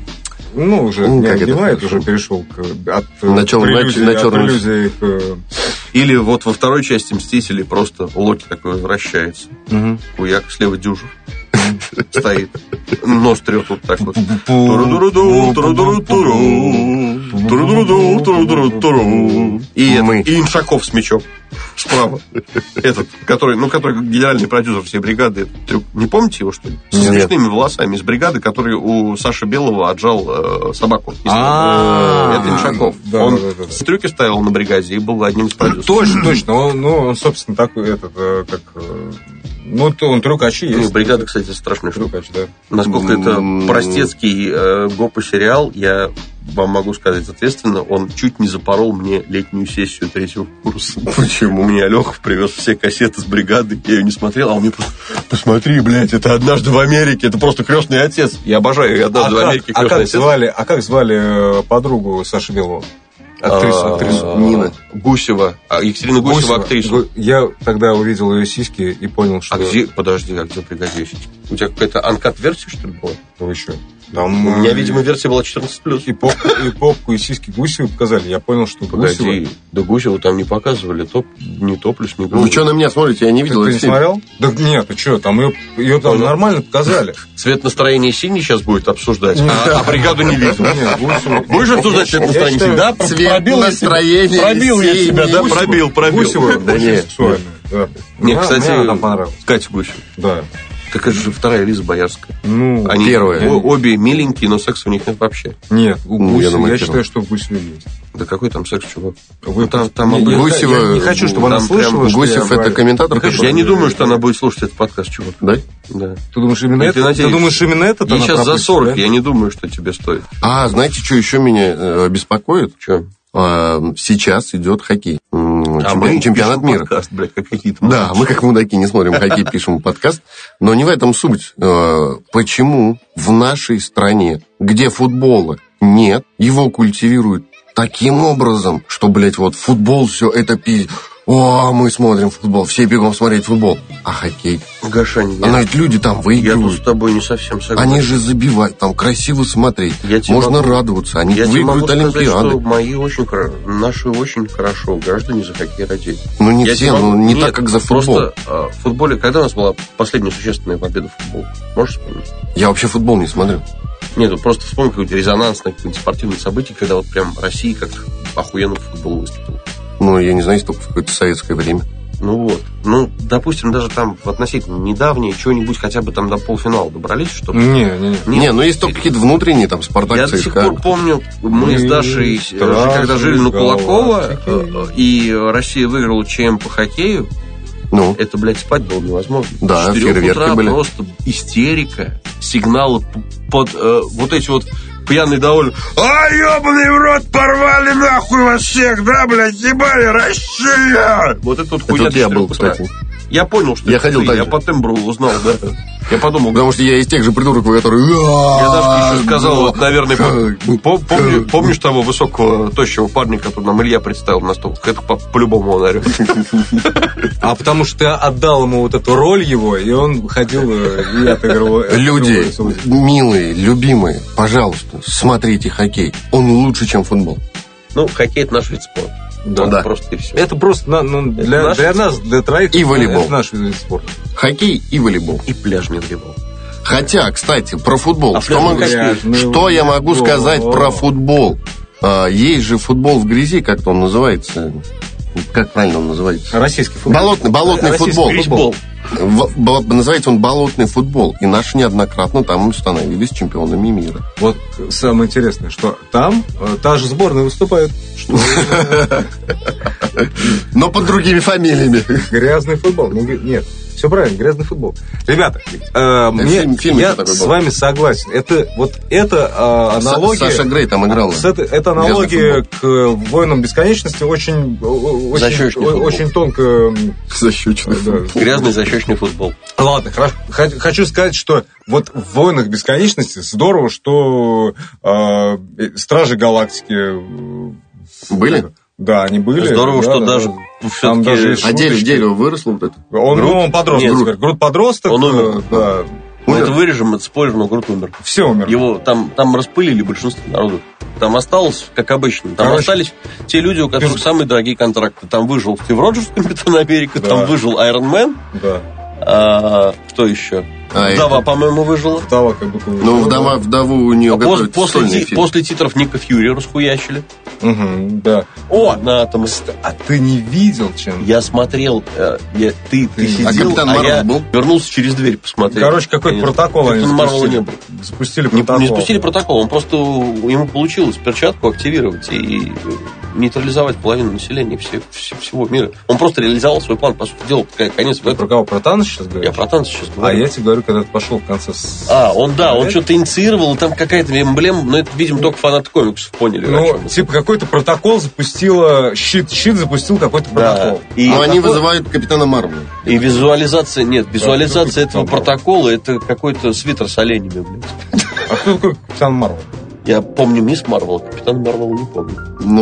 Ну, уже Ну, не как это обнимает, хорошо. уже перешел к, от, э, На чёрном- прелюдии, на от чёрном- прелюдии к... э, Или вот во второй части «Мстителей» просто Локи такой возвращается. мгм. Хуяк, слева Дюжев стоит. Нос трет вот так вот. Туру-дуру-ду, туру-дуру-туру. Туру-дуру-ду, туру-дуру-туру. И Мы. этот, и Иншаков с мечом справа. Этот, который, ну, который генеральный продюсер всей бригады. Этот трюк. Не помните его, что ли? С Нет. смешными волосами из бригады, который у Саши Белого отжал э, собаку. А, Это Иншаков. да, Он да, да, да. трюки ставил на бригаде и был одним из продюсеров. Точно, точно. Он, ну, он, собственно, такой, этот, э, как... э, Ну, то он трюкачи Ну, есть. бригада, кстати, страшная штука. Трюкач, да. Насколько это М. простецкий э, гопо-сериал, я вам могу сказать ответственно, он чуть не запорол мне летнюю сессию третьего курса. Почему? Мне Лехов привез все кассеты с бригады, я ее не смотрел, а он мне просто: посмотри, блядь, это «Однажды в Америке», это просто «Крестный отец». Я обожаю А «Однажды в как, Америке», а «Крестный как отец». звали, а как звали э, подругу Саши Белого? Актрису, А, актрису. Нина. Гусева. А, Екатерина Гусева, Гусева. актриса. Гу- Я тогда увидел ее сиськи и понял, что... А где, подожди, а где пригодились? У тебя какая-то анкат-версия, что ли, была? Что еще? Там, У меня, э, видимо, версия была четырнадцать плюс. И попку, и попку, и сиськи Гусевой показали. Я понял, что Гусева... Погоди, да Гусеву там не показывали, топ, не топлюс, не Вы голос. что на меня смотрите? Я не Ты, видел ты не этот фильм. смотрел? Да нет, ты что, там ее, ее там Понял. нормально показали. Цвет настроения синий сейчас будет обсуждать, а, а бригаду не видел. Нет, Гусева... Будешь обсуждать цвет Я настроения считаю, синий? Да, про- цвет пробил я настроения себя. Пробил я синий. себя, да, Гусева- пробил, пробил. Гусева Да очень нет, сексуальная. Да. Не, Мне- кстати, мне она там понравилась. Катя Гусева. Да. Так это же вторая Лиза Боярская. Ну, Они Первая. о- обе миленькие, но секса у них нет вообще. нет, у Ну, я Гусева, думаю, я, первая. считаю, что в Гусеве есть. Да какой там секс, чувак? Вы, там- там не, обычно- я, Гусева- я не хочу, чтобы она там слышала, прям что Гусев я это говорю. комментатор, Ну, конечно, который- Я не думаю, что она будет слушать этот подкаст, чувак. Да? Да. Ты думаешь, именно И это? ты Ты, надеешься? думаешь, именно это? Ей сейчас за сорок, я не думаю, что тебе стоит. А, знаете, что еще меня э, беспокоит? Че? А, сейчас идет хоккей. М, А чемпи- мы чемпионат пишем мира. подкаст, блядь, как какие-то Да, мы как мудаки не смотрим хоккей, пишем подкаст. Но не в этом суть. Э, Почему в нашей стране, где футбола нет, его культивируют таким образом, что, блядь, вот футбол все это пи... О, мы смотрим футбол, все бегом смотреть футбол. А хоккей? Гашань, А я, но ведь люди там я тут выигрывают. с тобой не совсем согласен. Они же забивают, там красиво смотреть. Я тебе Можно могу- радоваться. Они Я тебе могу выиграют сказать, что Олимпиады. мои очень, хоро- наши очень хорошо граждане за хоккей радеют. Ну, не Я все, тебе могу- ну, не Нет, так, как за футбол. Просто а, в футболе, когда у нас была последняя существенная победа в футбол? Можешь вспомнить? Я вообще футбол не смотрю. Нет, ну просто вспомни какой-то резонансное какое-нибудь спортивное событие, когда вот прям Россия как охуенно в футбол выступила. Ну, я не знаю, если только в какое-то советское время. Ну вот. Ну, допустим, даже там в относительно недавнее что-нибудь хотя бы там до полуфинала добрались, чтобы... Не, не, не. Не, ну есть только какие-то внутренние, там, Спартак, Я до сих ЦСКА. пор помню, мы с Дашей, Стражи, когда жили на Кулакова, галактики. и Россия выиграла ЧМ по хоккею, Ну, это, блядь, спать было невозможно. Да, С четырёх фейерверки утра были. просто истерика, сигналы п- под э, вот эти вот пьяные довольно. А, ебаный в рот, порвали нахуй вас всех, да, блядь, ебали, Россия! Вот это вот это хуйня вот до я четырёх был, утра. кстати. Я понял, что Я это ходил ты, так я же. по тембру узнал, да. Я подумал, Потому что я из тех же придурков, которые... я даже еще сказал, вот, наверное, по- по- помни- помнишь того высокого, тощего парня, который нам Илья представил на стол? Это по- по-любому он орет. А потому что ты отдал ему вот эту роль его, и он ходил э, и отыгрывал. Люди, милые, любимые, пожалуйста, смотрите хоккей. Он лучше, чем футбол. Ну, хоккей – это наш вид спорта. Да. Он Да. просто и все. Это просто на- ну, для, наш для вид нас, для троих, И волейбол. это наш вид спорта. Хоккей и волейбол. И пляжный волейбол. Хотя, кстати, про футбол. А что могу- пляжный что я могу волейбол. сказать про футбол? А, есть же футбол в грязи, как-то он называется. Как правильно он называется? Российский футбол. Болотный, болотный Российский футбол. грязьбол. В- бо- называется он болотный футбол. И наши неоднократно там становились чемпионами мира. Вот самое интересное, что там э, та же сборная выступает, что Но под другими фамилиями. грязный футбол. Ну, г- нет, все правильно, грязный футбол. Ребята, э, мне, фильм- фильм я еще такой с был. вами согласен. Это вот это э, аналогия. Саша Грей там играл. С это, это аналогия к э, «Воинам бесконечности» очень, о- о- Защечный очень, футбол. очень тонко. м, Защечный. да. Грязный защечный футбол. Ладно, хорошо. Х- Хочу сказать, что вот в «Войнах бесконечности» здорово, что э, Стражи Галактики... э, Были? Да, они были. Здорово, да, что да, даже да. всё-таки- Там даже есть А дерево, шуточки. дерево выросло вот это? Он, Грут? ну, он подросток. Нет. теперь. Грут подросток. Он умер. э, Да. Мы Умер? это вырежем, это спойлер, но Грут умер. Все умер. Его там, там распылили большинство народу. Там осталось, как обычно. Там Короче. остались те люди, у которых Пер- самые дорогие контракты. Там выжил Стив Роджерс, Капитан Америка, Да. там выжил Айрон Мэн. Да. А, кто еще? А, Вдова, это- по-моему, выжила. Вдова как будто... Ну, вдова, вдову у нее А пос- готовят после, сольный ти- фильм. после титров Ника Фьюри расхуячили. Мгм, да. О, на атомы. А ты не видел, чем... Я смотрел, э, я- ты, ты А сидел, Капитан а Марвел я был? вернулся через дверь посмотреть. Короче, какой-то Я не- протокол они Капитана Марвела запустили. не было. Запустили Не, протокол. не запустили протокол, он просто ему получилось перчатку активировать и нейтрализовать половину населения все- все- всего мира. Он просто реализовал свой план, по сути дела, такая конец в Ты этом. про кого? Про Таноса сейчас Я говоришь? про танцы сейчас А говорю. я тебе говорю, когда ты пошел в конце... с- А, он, да, он Опять? что-то инициировал, там какая-то эмблема, но это, видимо, только фанаты комиксов поняли. о Ну, чем это. типа, какой-то протокол запустила... Щит, щит запустил какой-то Да. протокол. И, Но они такой- вызывают Капитана Марвела. и визуализация, нет, визуализация какой этого Капитан протокола, это какой-то свитер с оленями, блядь. А кто такой Капитан Марвел? Я помню Мисс Марвел, Капитан Марвел не помню.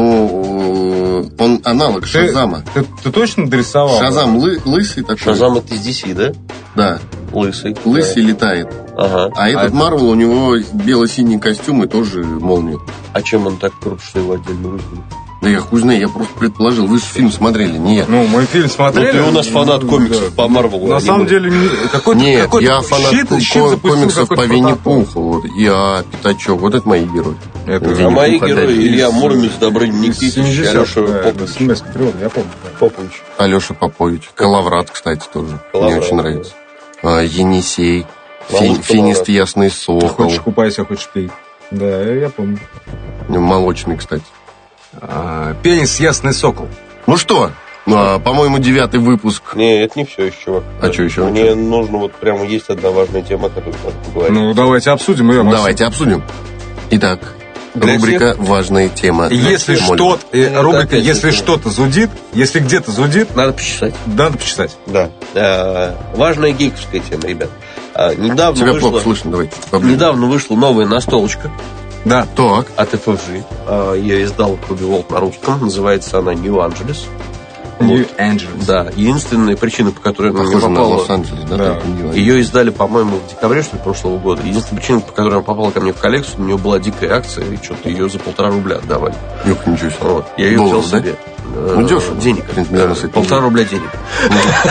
Ну, э, он аналог Ты- Шазама. Ты, ты точно дорисовал? Шазам лы- лысый такой. Шазам это из ди си, да? Да, Лысый. лысый летает. Да. Ага. А этот это- Марвел, у него бело-синий костюм и тоже молния. А чем он так крут, что его отдельно вызвали? Да я хуй знаю, я просто предположил. Вы же фильм смотрели, не я. Ну, мы фильм смотрели. Ну, ты у нас фанат комиксов по Марвелу. На а не самом мы. деле, не- какой-то Нет, какой-то я фанат щит, ко- щит запустил комиксов по какой-то протокол. Винни-Пуху. Вот. Я, Пятачок, вот это мои герои. Это Винни-Пух А мои отдали. герои Илья из- Муромец, Добрынин Из Никитич, семидесятых, Алеша да, Попович. из немецкого перевода, я помню. да. Попович. Алеша Попович. Калаврат, кстати, тоже. Калаврат, Мне очень да. нравится. А, Енисей. Володя Фи- Финист Калаврат. Ясный Ты Сокол. хочешь купайся, хочешь пей. Да, я помню. Молочный, кстати. А, пенис ясный сокол. Ну что, а, по-моему, девятый выпуск. Не, это не все еще, чувак. А что еще? Мне нужно вот прямо есть одна важная тема, о которой надо поговорить. Ну, давайте обсудим ее. Максим. Давайте обсудим. Итак, Для рубрика «Важная тема». Если Молли. что-то, э, Ну, рубрика, опять если же, что-то зудит, если где-то зудит, Надо почесать. надо почитать. Да. Э, важная гейковская тема, ребят. А, недавно Тебя вышла, плохо слышно, давайте. поближе. недавно вышла новая настолочка Да. Так, от эф эф джи. А, Ее издал Руби Волт на русском. Называется она New Angeles. New Angels. Да. Единственная причина, по которой она мне похоже на попала... Лос-Анджелес, да? Да. так, не знаю. Ее издали, по-моему, в декабре, что ли, прошлого года. Единственная причина, по которой она попала ко мне в коллекцию, у нее была дикая акция, и что-то ее за полтора рубля отдавали. Ёх, ничего себе. Вот. Я ее Доллар, взял да? себе. Ну, Э, дешево. Денег. В принципе, наверное, с этим Полтора денег. рубля денег.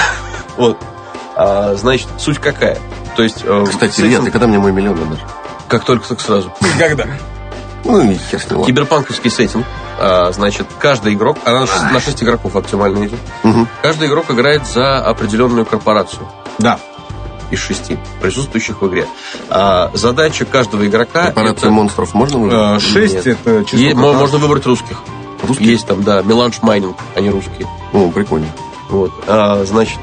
Вот. А, значит, суть какая? То есть... э, Кстати, с этим- Илья, ты когда мне мой миллион отдашь? Как только, так сразу. Когда? Ну, и хер с него. Киберпанковский сеттинг. А, значит, каждый игрок, она на шесть, на шесть игроков оптимально идет. Угу. Каждый игрок играет за определенную корпорацию Да. из шести присутствующих в игре. А, задача каждого игрока... Корпорацию это, монстров можно выбрать? А, Шесть Нет. это чисто... Е- мо- можно выбрать русских. Русских? Есть там, да, меланж майнинг, они русские. О, прикольно. Вот. А, значит,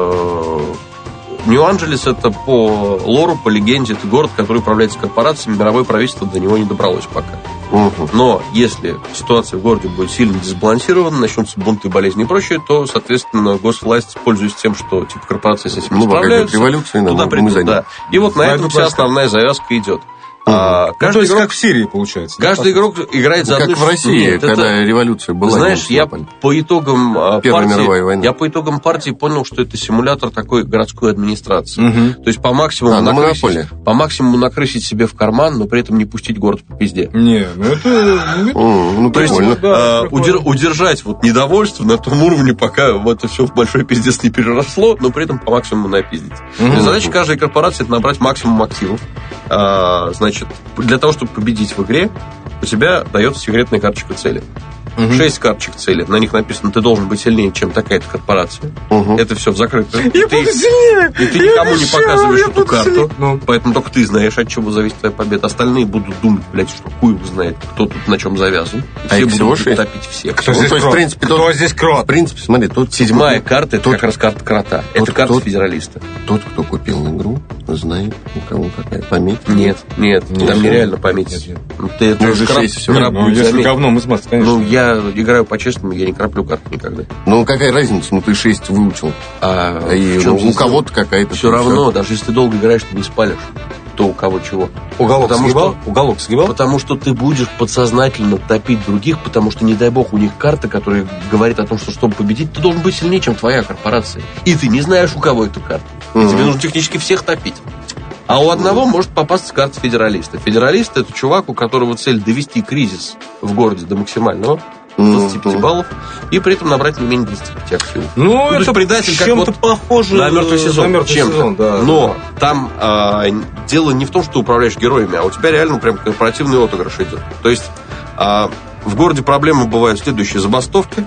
э, Нью-Анджелес это по лору, по легенде, это город, который управляется корпорациями, мировое правительство до него не добралось пока. Угу. Но если ситуация в городе будет сильно дисбалансирована, начнутся бунты, болезни и прочее, то, соответственно, госвласть, пользуясь тем, что типа корпорации с этим не Ну, пока справляются, идет революция, да, туда мы придут, зайдем. да. И вот на Пойду этом вся просто. основная завязка идет. А, Ну, то каждый есть игрок, как в Сирии получается. да, каждый по сути? игрок играет за Как одну... в России, Нет, когда это- революция была. Знаешь, немцы я напали. по итогам а, Первая партии, мировая война. я по итогам партии понял, что это симулятор такой городской администрации. Мгм. То есть по максимуму А, ну, накрысить, монополия. по максимуму накрысить себе в карман, но при этом не пустить город по пизде. Не, ну это... М, Ну, То есть прикольно. Да, а, прикольно. удер- удержать вот недовольство на том уровне, пока вот это все в большой пиздец не переросло, но при этом по максимуму напиздить. То есть задача каждой корпорации — это набрать максимум активов. А, значит, для того, чтобы победить в игре, у тебя дается секретная карточка цели. Шесть карточек цели. На них написано, ты должен быть сильнее, чем такая-то корпорация. Мгм. Это все в закрытом. Я И ты- буду сильнее! И ты Я никому не обещаю, показываешь я эту буду карту, сильнее. Ну. поэтому только ты знаешь, от чего зависит твоя победа. Остальные будут думать, блядь, что хуй его знает, кто тут на чем завязан. И А все их всего будут шесть? топить всех. Кто Ну, здесь то есть, в крот? принципе, Кто тот- здесь В крот? принципе, смотри, тут Седьмая карта — это тот- как раз карта крота. Это тот- карта тот- федералиста. Тот, кто купил игру, знает, у кого какая память. Нет, нет, Нет, там нет, нереально нет, пометить. нет, Ну, Ты это Ну, уже же краб- шесть всего. краб Ну, будет если заметить. говном из массы, конечно. Ну, я играю по-честному, я не краплю карты никогда. Ну, какая разница? Ну, ты шесть выучил. А И в чем ну, здесь у кого-то какая-то... все равно, даже если ты долго играешь, ты не спалишь, то у кого чего. Уголок Потому сгибал? Уголок сгибал? Потому что ты будешь подсознательно топить других, потому что, не дай бог, у них карта, которая говорит о том, что чтобы победить, ты должен быть сильнее, чем твоя корпорация. И ты не знаешь, у кого эта карта. И Мгм. тебе нужно технически всех топить. А у одного может попасться карта федералиста. Федералист — это чувак, у которого цель довести кризис в городе до максимального, двадцать пять Мгм. баллов, и при этом набрать не менее двадцать пять активов. Ну, Ну, то это есть предатель как чем-то вот похоже на мертвый сезон. На мертвый чем-то. сезон, да. Но там а, дело не в том, что ты управляешь героями, а у тебя реально прям корпоративный отыгрыш идет. То есть а, в городе проблемы бывают следующие: забастовки,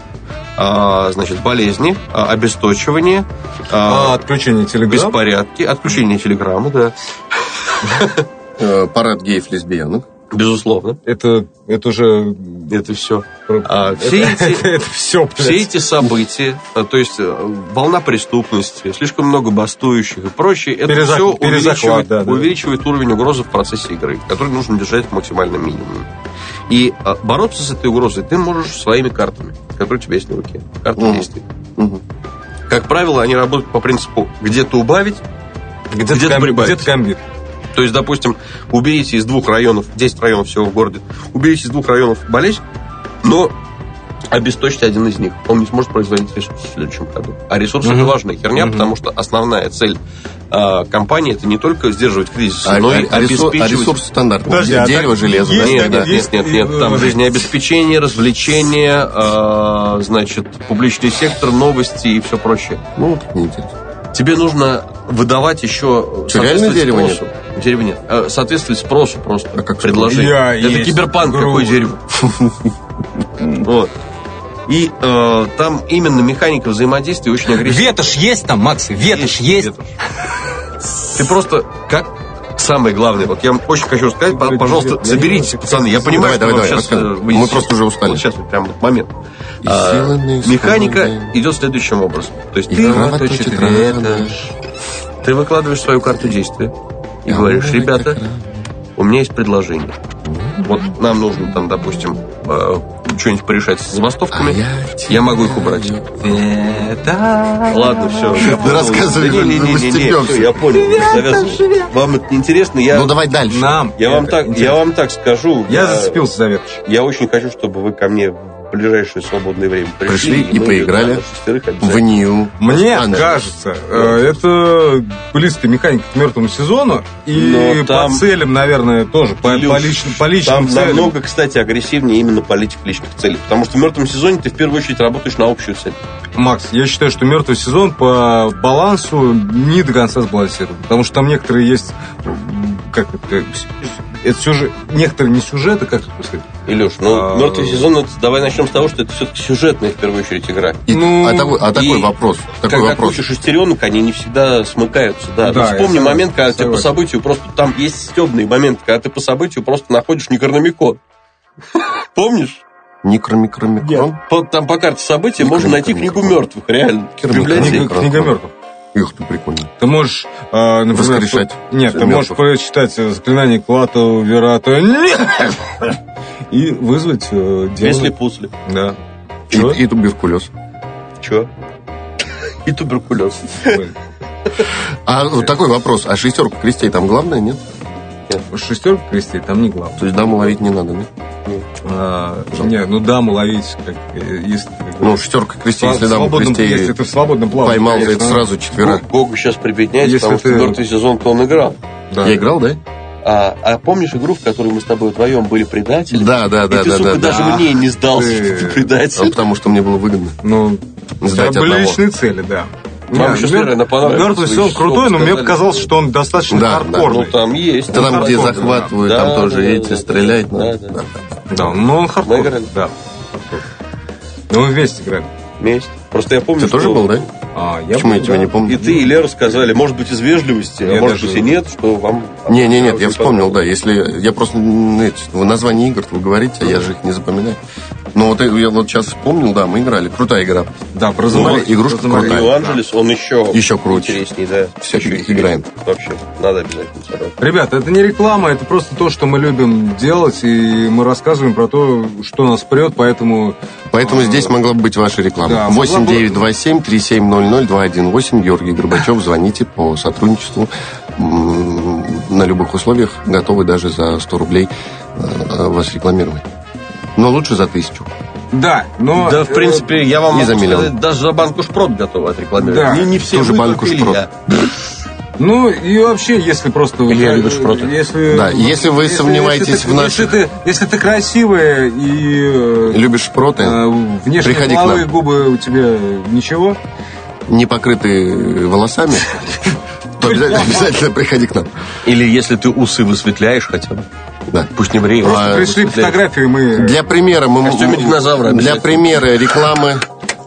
а, значит, болезни, а, обесточивание, А, а, отключение телеграмм? беспорядки, отключение телеграммы, да, Э, Парад геев-лесбиянок. безусловно. Это, это уже... Это все. это, все эти... это все, Все эти события, а, то есть э, волна преступности, слишком много бастующих и прочее, это Перезах- все перезахват, увеличивает, да, да. увеличивает уровень угрозы в процессе игры, который нужно держать в максимальном минимуме. И э, бороться с этой угрозой ты можешь своими картами, которые у тебя есть на руке. Карты Мгм. действий. Мгм. Как правило, они работают по принципу где-то убавить, Где-то, где-то ком- прибавить. где-то комбит. То есть, допустим, уберите из двух районов, десять районов всего в городе, уберите из двух районов болезнь, но обесточьте один из них. Он не сможет производить ресурсы в следующем году. А ресурсы Мгм. это важная херня, Мгм. потому что основная цель э, компании это не только сдерживать кризис, А, но а- и а ресурс, а обеспечивать... ресурс стандартный. Подожди, а Дерево, так железо. есть да? Нет, так- нет, есть, нет, нет, нет, там э, жизнеобеспечение, развлечение, э, значит, публичный сектор, новости и все прочее. Ну, вот это неинтересно. Тебе нужно выдавать еще... Что, реально дерева нет? спросу. Дерева нет. Э, Соответствовать спросу просто. А как предложение. Я Это есть киберпанк, грубо. какое дерево. Вот. И э, там именно механика взаимодействия очень агрессивная. Ветошь есть там, Макс? Ветошь есть? ветошь. Ты просто как... Самое главное, вот я вам очень хочу сказать, по- пожалуйста, соберитесь, пацаны. Я понимаю, Давай, что давай, вам давай, сейчас... э, рассказывай. вы Мы сейчас- просто уже устали. Вот сейчас вот прям вот момент. И А, силы на исходе. механика идет следующим образом. То есть И ты трава точит точит ветошь. рано. Ты выкладываешь свою карту действия и А говоришь: мы ребята, как раз. у меня есть предложение. Вот нам нужно там, допустим, э, что-нибудь порешать с забастовками. А я Я могу их убрать. Ладно, все. Да рассказывай, не, не, не, не, степёмся. я понял. завязывай. Вам это не интересно? Я, Ну, давай дальше. Нам. я, вам это так, я интересно. вам так скажу. Я зацепился за ветошь. Я очень хочу, чтобы вы ко мне в ближайшее свободное время пришли. Пришли и мы поиграли на шестерых В обязательно. Нью. Мне Лос-Анджелес. кажется, э, это близкая механика к мертвому сезону. И Но там- по целям, наверное, тоже. По, Илюш, по личным, по личным Там целям. намного, кстати, агрессивнее именно политика личных целей. Потому что в мертвом сезоне ты в первую очередь работаешь на общую цель. Макс, я считаю, что мертвый сезон по балансу не до конца сбалансирован. Потому что там некоторые есть, м, как это, это сюжет, некоторые не сюжеты, как это сказать. Илюш, ну, А, «Мертвый сезон», это, давай начнем с того, что это все-таки сюжетная, в первую очередь, игра. И- Ну, а такой, а такой и вопрос. Такой Когда вопрос. куча шестеренок, они не всегда смыкаются. Да. Да, Ну, вспомни я момент, когда ты по согласен. событию просто... Там есть стебные моменты, когда ты по событию просто находишь некрономикон. Помнишь? Микро-микро-микрон. По- Там по карте событий Микро- можно найти микро- книгу мертвых, реально. В Микро- библиотеке. Книга, книга мертвых. Их ты прикольно. Ты можешь, э, например, Воскрешать нет, ты мертвых. можешь прочитать э, заклинание Клата, Верата и вызвать э, демона. Если-пусли. Да. И, Чё? и туберкулез. Че? И туберкулез. А вот такой вопрос. А шестерка крестей там главное, нет? Шестерка крестей там не главное. То есть даму ловить не надо, нет? А, не, ну даму ловить, как, э, если... как бы, Ну, шестерка крестей, в если даму свободном- крестей если ты в свободном плавании, поймал, то конечно, это сразу четверо. Гогу сейчас прибедняется, Если потому что ты- мертвый сезон-то он играл. да. Я играл, да? А, а помнишь игру, в которой мы с тобой вдвоем были предатели? Да, да, да, и ты, да, сука, да, даже да. мне не сдался, Ты- что ты А предатель. потому что мне было выгодно. Ну, у Сдать тебя были одного. личные цели, да. Вам еще с Лерой на понравилось. Мертвый Вы сезон еще крутой, но сколько мне сказали. показалось, что он достаточно Да, да. Ну, хардкорный. там есть. Это там, где хардкорный, захватывают, да. там Да, тоже да, эти, да, стрелять да, надо. да. Да. Да, но он хардкорный. Мы играли? Да. Ну, мы вместе играли. Вместе. Просто я помню, Ты что... тоже был, да? А, я Почему был, я тебя да. не помню? И ты, и Лера сказали, может быть, из вежливости, а Я может даже- быть, и нет, что вам... Не, не, нет, я вспомнил, да. Если я просто м, эти, названия игр вы говорите, а я же их не запоминаю. Но вот я вот сейчас вспомнил, да, мы играли. Крутая игра. Да, про Ну, Замарей. игрушка Про Замарей. крутая. Лос-Анджелес, он еще... Еще круче. Интереснее, да. Всё, Еще играем. интереснее. Вообще, надо обязательно сразу. Ребята, это не реклама, это просто то, что мы любим делать, и мы рассказываем про то, что нас прет, поэтому... Поэтому а, здесь могла бы быть ваша реклама. да, могла восемь бы- девятьсот двадцать семь тридцать семь ноль ноль два один восемь. Георгий Горбачев, звоните по сотрудничеству. М, На любых условиях готовы даже за сто рублей э, вас рекламировать. Но лучше за тысячу. Да, но... Да, в э, принципе, я вам не могу за миллион. сказать, даже за банку шпрот готов отрекламировать. Да. Не, не все Тоже вы, банку только шпрот. Илья. Ну, и вообще, если просто... Илья э, любит шпроты. Если, Да, если вы сомневаетесь если ты- в наших- Если ты, если ты красивая и... э, Любишь шпроты? э, внешне Приходи к половые нам. губы у тебя ничего. Не покрытые волосами, то обязательно, обязательно приходи к нам. Или если ты усы высветляешь хотя бы. Да. Пусть не бреешь. А, Пришли высветляешь. фотографии, мы... Для примера мы... В костюме динозавра Для обязательно. примера рекламы...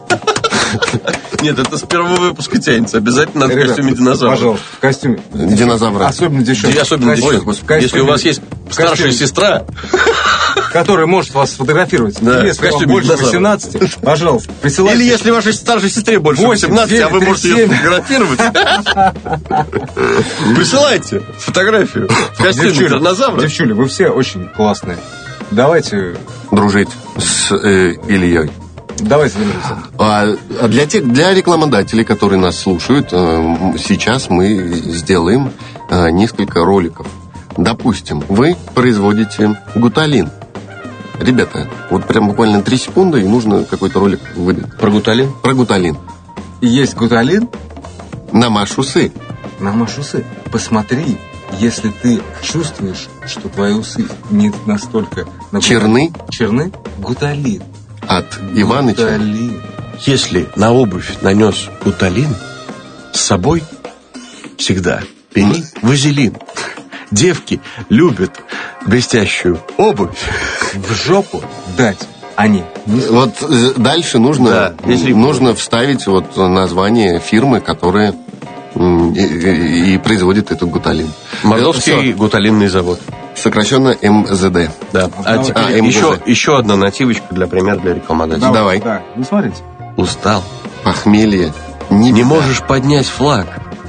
Нет, это с первого выпуска тянется. Обязательно надо в Ребят, костюме динозавра. Пожалуйста, в костюме. Динозавра. Особенно девчонки. И особенно В костюме. девчонок. В костюме. Если у вас есть старшая костюме. сестра, Который может вас сфотографировать. Да, И в если вам костюме больше динозавра. восемнадцати, пожалуйста, присылайте. или если вашей старшей сестре больше восемь, восемнадцати, а вы девять, можете ее тридцать семь. сфотографировать. Присылайте фотографию в костюме Девчули, динозавра. девчули, вы все очень классные. Давайте, Дружить с э, Ильей. давайте договоримся. А а для, тех, для рекламодателей, которые нас слушают, э, м, сейчас мы сделаем э, несколько роликов. Допустим, вы производите гуталин. Ребята, вот прям буквально три секунды, и нужно какой-то ролик выдать. Про гуталин? Про гуталин. И есть гуталин Намажь усы. на ваши усы. Посмотри, если ты чувствуешь, что твои усы не настолько... например, Черны Черны? Гуталин. от Иваныча. Гуталин. Если на обувь нанес гуталин, с собой всегда бери вазелин. Девки любят блестящую обувь. В жопу дать они. не Вот э, дальше нужно, Да, есть рифма. нужно вставить вот название фирмы, которая м, и, и- и производит этот гуталин. Мордовский гуталинный завод. Всё. Сокращенно эм зэ дэ. Да. А давай. теперь А, эм вэ зэ. еще, еще одна нативочка для примера для рекламодателя. Давай. Да, ну смотрите. Устал. Похмелье. Не, Не беда. можешь поднять флаг.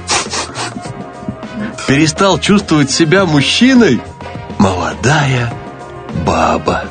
Перестал чувствовать себя мужчиной. Молодая баба.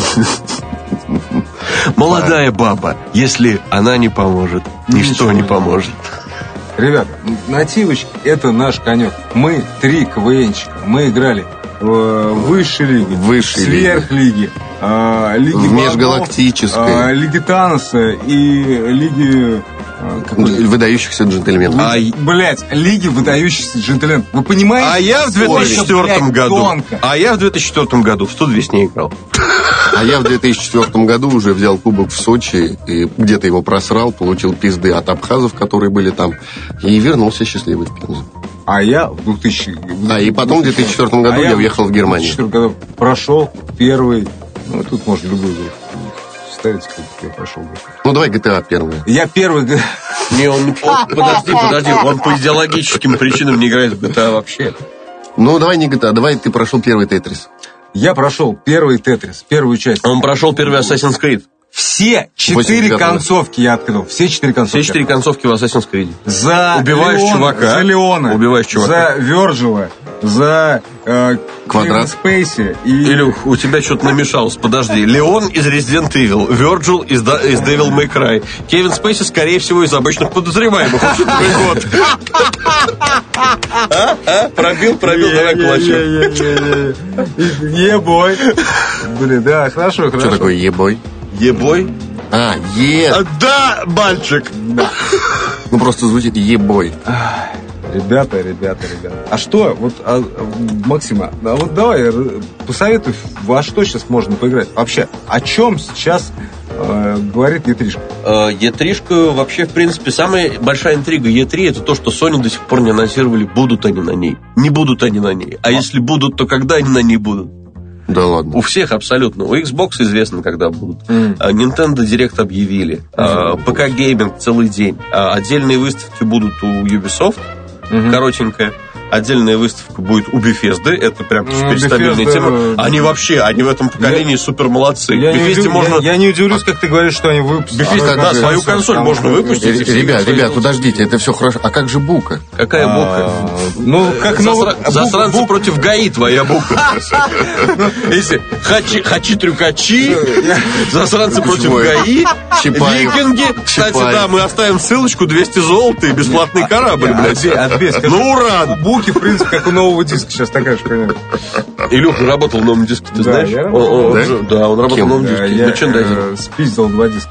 Молодая баба. Если она не поможет, ничто Ничего не не поможет. Ребята, нативочки – это наш конек. Мы три КВНщика. Мы играли в э, высшей лиге, Высшей в сверхлиге, э, лиге В богов, межгалактической. э, лиге Таноса и лиге... э, какой- Выдающихся джентльменов. А и- Блять, лиги выдающихся джентльменов. Вы понимаете? А я в две тысячи сколько, четвёртом блядь, году. тонко? А я в две тысячи четвёртом году в студии с ней играл. А я в две тысячи четвёртом году уже взял кубок в Сочи и где-то его просрал, получил пизды от абхазов, которые были там, и вернулся счастливый в Пензу. А я в двухтысячном... А, и потом в две тысячи четвёртом году а я уехал в Германию. В две тысячи четвёртом году прошел первый... Ну, тут можно любую игру ставить, как я прошел. Ну, давай джи ти эй первый. Я первый... Не, он, он- подожди, подожди, он по идеологическим причинам не играет в джи ти эй вообще. Ну, давай не джи ти эй, давай ты прошел первый Тетрис. Я прошел первый Тетрис, первую часть. Он прошел первый Assassin's Creed. Все четыре восемьдесят девятого. концовки я открыл. Все четыре концовки. Все четыре концовки в Assassin's Creed. За Убиваешь Леона, чувака. За Леона. Убиваешь чувака. За Вёрджила. За э, Квадрат. Кевин Спейси. И... Илюх, у тебя что-то намешалось. Подожди. Леон из Resident Evil. Вёрджил из, Да- из Devil May Cry. Кевин Спейси, скорее всего, из обычных подозреваемых. Учитывая год. А? А? Пробил, пробил, давай кулачок. Ебой. Блин, да, хорошо, хорошо. Что такое ебой? Ебой. А, е. Да, мальчик. Ну, просто звучит ебой. Ребята, ребята, ребята. А что, вот, а, Максима, а вот давай, р- посоветуй, во что сейчас можно поиграть? Вообще, о чем сейчас э, говорит Е-тришка? Е три вообще, в принципе, самая большая интрига Е три это то, что Sony до сих пор не анонсировали, будут они на ней. Не будут они на ней. А если будут, то когда они на ней будут? Да ладно. У всех абсолютно. У Xbox известно, когда будут. Mm. А, Nintendo Direct объявили. А, пэ ка Gaming целый день. А, Отдельные выставки будут у Ubisoft. Мгм. Коротенькая. Отдельная выставка будет у Bethesda. Это прям Ну, теперь стабильная Bethesda, тема. э, Они вообще, они в этом поколении супер молодцы. Я не, Bethesda удив- можно... я- я не удивлюсь, как ты говоришь, что они выпустят. Bethesda, А, да, как же, свою там, консоль там, можно выпустить. Р- и все Ребят, свои ребят, делают. подождите, это все хорошо. А как же Бука? Какая бука? А, ну, как новый... Засра- Засранцы Бук- против ГАИ твоя бука. Если хачи- хачи-трюкачи, засранцы против ГАИ, Чапаев. викинги. Кстати, Чапаев. да, мы оставим ссылочку, двести золота и бесплатный корабль, блядь. Отбей, отбей, скажи. Ну, уран! У Буки, в принципе, как у нового диска сейчас такая же хуйня. Илюха работал в новом диске, ты Да, знаешь? я Он- работал. он Да? же- Да, он работал Кем? в новом Да, диске. я Мерчендайзинг. э, спиздил два диска.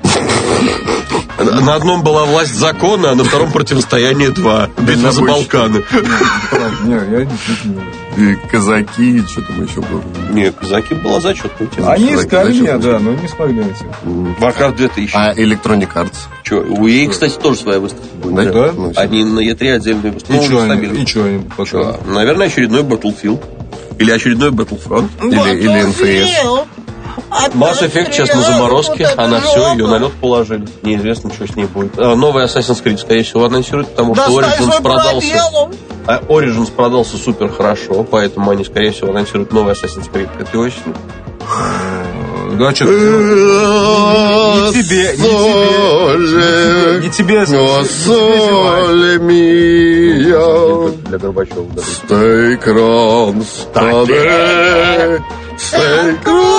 На одном была власть закона, а на втором противостояние два. Битва за Балканы. Правда, нет, я действительно... И казаки, что там еще было? Нет, казаки была зачетная тема. Они Зачем? искали меня, Зачем? да, но не смогли найти. Warcraft две тысячи. А Electronic Arts? Чё, у и эй, кстати, тоже своя выставка будет. Да? Да? Ну, всё. Они на Е три отдельную И выставку. что Ну, они? стабильно. И что они? Чё, потом? наверное, очередной Battlefield. Или очередной Battlefront. Или, или эн эф эс? Mass Effect сейчас на заморозке, она все, ее на лед положили. Неизвестно, что с ней будет. А, новый Assassin's Creed, скорее всего, анонсируют, потому что Origins продался. А Origins продался супер хорошо, поэтому они, скорее всего, анонсируют новый Assassin's Creed этой осенью. Да, что не тебе, не тебе, не тебе, не тебе, О, соле мия, Для Горбачева. да. стей кран стаде, стей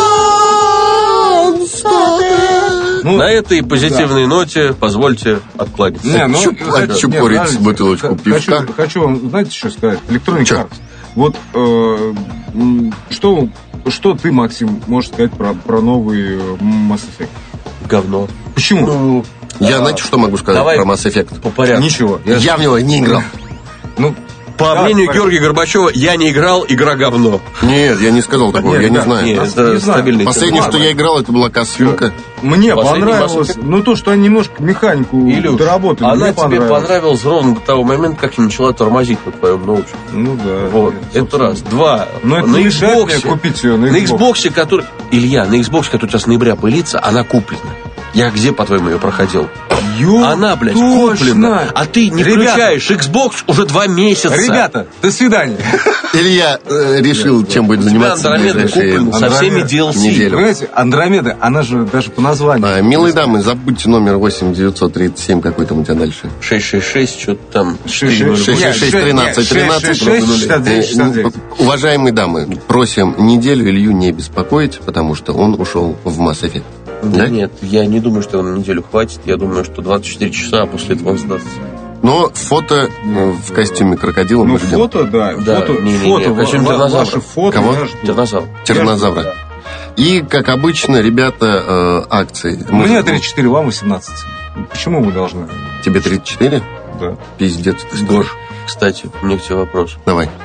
кран стаде. Ну, На этой позитивной ноте позвольте откланяться. Не, ну, Чуп- хочу- отчупорить нет, подождите, бутылочку х- пивка. Хочу, хочу вам, знаете, что сказать? Electronic Чё? Arts. Вот э, м, что, что ты, Максим, можешь сказать про, про новый э, Mass Effect? Говно. Почему? Ну, Я, знаете, что могу сказать Давай. про Mass Effect? по порядку. Ничего. Я в него не играл. Ну, По да, мнению по- Георгия Горбачева, я не играл, игра говно. Нет, я не сказал такого, Нет, я не да, знаю. Нет, Нас это не знаю. стабильный Последнее, Ладно. что я играл, это была косынка. Мне Последний понравилось, Mass Effect. ну то, что они немножко механику Илюш, доработали, она мне тебе понравилось. понравилась ровно до того момента, как я начала тормозить на твоем ноуте. Ну да. Вот, Нет, это собственно. раз. Два. Но это на не мешает Xbox, мне купить ее на на Xbox. Xbox, который... Илья, на Xbox, который сейчас с ноября пылится, она куплена. Я где, по-твоему, ее проходил? Ё, Она, блядь, точно. куплена. А ты не Ребята, включаешь Xbox уже два месяца. Ребята, до свидания. Илья э, решил, чем будет У тебя заниматься в Андромеда ближайшие куплена со Андромеда. всеми ди эл си. неделю. Понимаете, Андромеда, она же даже по названию. А, милые дамы, забудьте номер восемь девятьсот тридцать семь, какой там у тебя дальше. шесть шесть шесть, что-то там. Шесть, четыре шесть, нуля. шесть, шесть, тринадцать, тринадцать. шесть, шесть, шестьдесят девять, шестьдесят девять. Э, Уважаемые дамы, просим неделю Илью не беспокоить, потому что он ушел в Mass Effect. Да? Нет, я не думаю, что его на неделю хватит. Я думаю, что двадцать четыре часа, а после этого он сдастся. Но фото э, в костюме крокодила Ну, мы ждем. фото, да. Да, фото, не-не-не, фото, костюм ва- динозавра. ваши фото. Кого? я жду. Тиранозавр. Тиранозавра. Да. И, как обычно, ребята, э, акции. Мы- Мне тридцать четыре, вам восемнадцать. Почему мы должны? Тебе тридцать четыре? Да. Пиздец. ты что? Гош, кстати, у меня к тебе вопрос. Давай.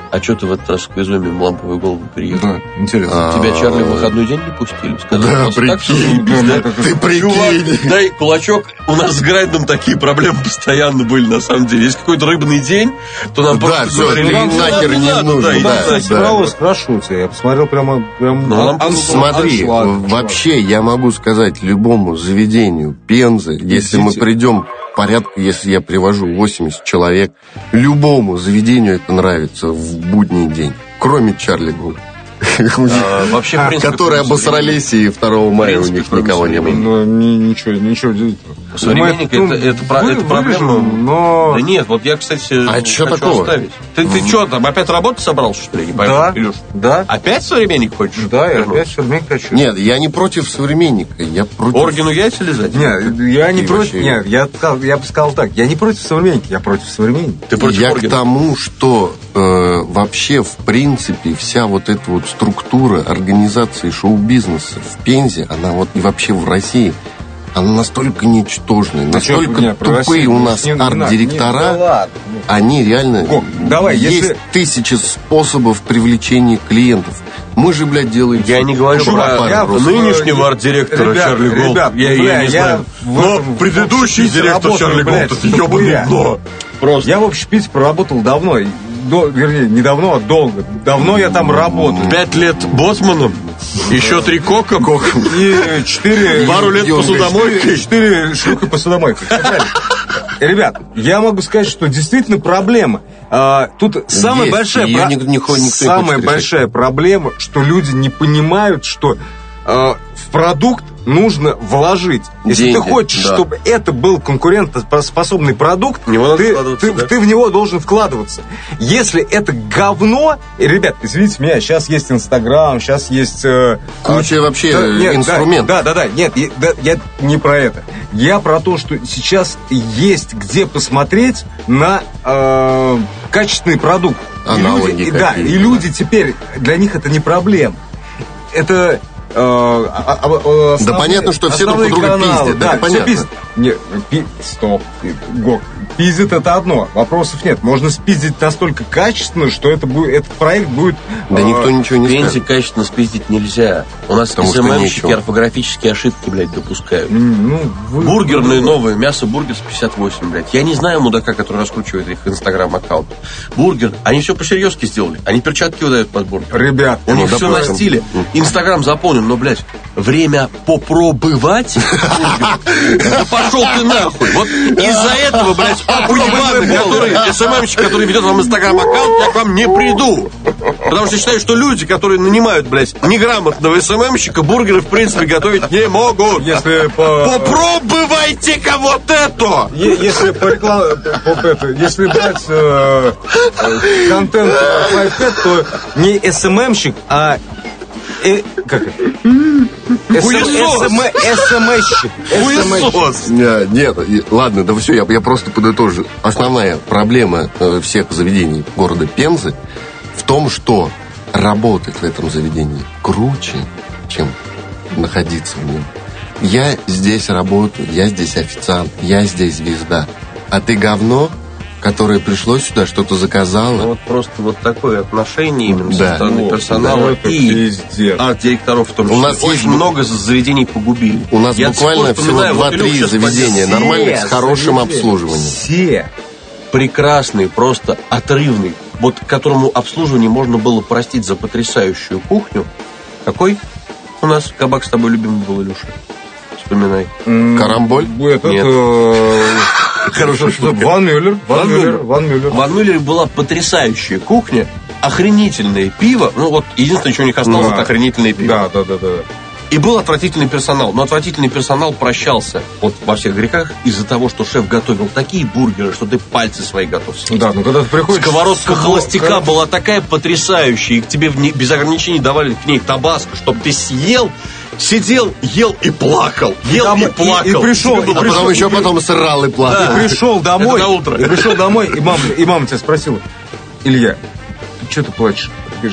А что ты в этот раз к изуме ламповую голову приехал? Да, интересно. Тебя, Чарли, в выходной день не пустили? Сказали, Да, просто так, что прикинь, заебись, да? ты прикинь. Чувак, дай кулачок. У нас с Грайдом такие проблемы постоянно были, на самом деле. Если какой-то рыбный день, то нам Да, просто всё, говорили, ты «Ну, нахер надо, не надо, нужен, да, да, иди, да. Сань». Справа спрошу тебя, я посмотрел прямо... прям Ну, нам ан- Смотри, аншлаг. вообще я могу сказать любому заведению Пензы, если мы Идите. придем порядка, если я привожу восемьдесят человек, любому заведению это нравится в будний день, кроме Чарли Гул. А, вообще, в принципе, Которые кроме обосрались, и второго мая у принципе, них кроме никого не было. Ну, ни- ничего, ничего удивительного. Современник, Мы, ну, это, это, про- вы- это проблема. вырежем, но... Да нет, вот я, кстати, А чё хочу такого? оставить. Ты, ты что там, опять работать собрался, что ли? Не пойму, Да, Илюш? да. Опять современник хочешь? Да, я вернуться? опять все хочу. Нет, я не против современника, я против... Оргену яйца лизать? Нет, я не И против... вообще- Нет, я, сказал- я бы сказал так. Я не против современника, я против современника. Ты против Я Оргена? к тому, что э, вообще, в принципе, вся вот эта вот структура организации шоу-бизнеса в Пензе, она вот и вообще в России, она настолько ничтожная, настолько чё, не, про тупые Россию, у ну, нас не- не надо, не, арт-директора, да ладно. они реально... Гок, давай, есть если- тысячи способов привлечения клиентов. Мы же, блядь, делаем... Я не говорю Чувак, про я просто- нынешнего арт-директора Ребят, Чарли Голд. ребят, я, ну, я бля, не я знаю. в Но этом- в предыдущий общепите директор работаю, Чарли блядь, Голд, это с ебаное хуя. дно. Просто. Я в общепите проработал давно. и До, вернее, не давно, а долго. Давно я там работаю. Пять лет боцманом, еще три коком. И четыре... Пару лет посудомойкой. Четыре шлюхи посудомойкой. Всё правильно. Ребят, я могу сказать, что действительно проблема. А, тут самая Есть, большая её про- никто не хо- никто не самая хочет решать. большая проблема, что люди не понимают, что а, в продукт нужно вложить. Если Деньги, ты хочешь, да. чтобы это был конкурентоспособный продукт, В него надо ты, вкладываться, ты- да? ты в него должен вкладываться. Если это говно, и, ребят, извините меня, сейчас есть Инстаграм, сейчас есть... э, Куча а, вообще да, нет, инструментов. Да, да, да, нет, я, да, я не про это. Я про то, что сейчас есть где посмотреть на э, качественный продукт. И Аналоги люди- и да, какие-то, и люди теперь, для них это не проблема. Это... э, а- а- а- основные- Да понятно, что все друг основные друга каналы, пиздят, да, это все понятно. пиздят. Не, пи- стоп, Гок. Пиздит это одно, вопросов нет. Можно спиздить настолько качественно, что это будет, этот проект будет... Да э, никто ничего не В Пензе скажет. качественно спиздить нельзя. У нас Потому что СММщики нечего. орфографические ошибки, блядь, допускают. Ну, вы- Бургерные новые, мясо бургер с пятьдесят восемь, блядь. Я не знаю мудака, который раскручивает их инстаграм-аккаунт. Бургер, они все по-серьезки сделали. Они перчатки выдают под бургер. Ребят, У них да, все на правильно. стиле. Инстаграм заполнен, но, блядь, время попробовать бургер. Да пошел ты нахуй. Вот из-за этого, блядь, уебаны, который, СММщик, который ведет вам инстаграм-аккаунт, я к вам не приду. Потому что считаю, что люди, которые нанимают, блядь, неграмотного СММщика, бургеры, в принципе, готовить не могут. если по... Попробуйте-ка вот это! Е- Если по рекламе, по- по- это, если брать э, э, контент Five Pet, то не СММщик, а э, как это? Хуесос! СММщик. Хуесос! Не, Нет, и- ладно, да все, я, я просто подытожу. Основная проблема э, всех заведений города Пензы в том, что работать в этом заведении круче, чем находиться в нем. Я здесь работаю, я здесь официант, я здесь звезда. А ты говно, которое пришло сюда, что-то заказало. Ну, вот просто вот такое отношение именно Да. со стороны Вот, персонала да, это и пиздец. арт-директоров в том У числе. нас Очень есть- много заведений погубили. У нас Я до сих пор буквально всего вспоминаю, вот два-три Илюх сейчас заведения поднес нормальных, с хорошим заведения, обслуживанием. Все. прекрасный, просто отрывный, вот которому обслуживание можно было простить за потрясающую кухню. Какой у нас кабак с тобой любимый был, Илюша? Вспоминай. Карамболь? Этот, Нет. э, Хорошая что, штука. Ван Мюллер. Ван Ван Мюллер. Мюллер. Ван Мюллер. В Анмюллере была потрясающая кухня, охренительное пиво. Ну вот единственное, чего у них осталось, Да. это охренительное пиво. Да, да, да, да. И был отвратительный персонал. Но отвратительный персонал прощался вот во всех грехах из-за того, что шеф готовил такие бургеры, что ты пальцы свои готов съесть. Да, ну когда ты приходишь... Сковородка с- холостяка была такая потрясающая, и к тебе в ней- без ограничений давали к ней табаско, чтобы ты съел, сидел, ел и плакал. Ел Там- и и- плакал. и пришел, Тебе было и А пришел, потом еще потом срал и плакал. Да. И пришел домой, Это на утро. и пришел домой, и мама, и мама тебя спросила: Илья, ты что ты плачешь? Ты говоришь: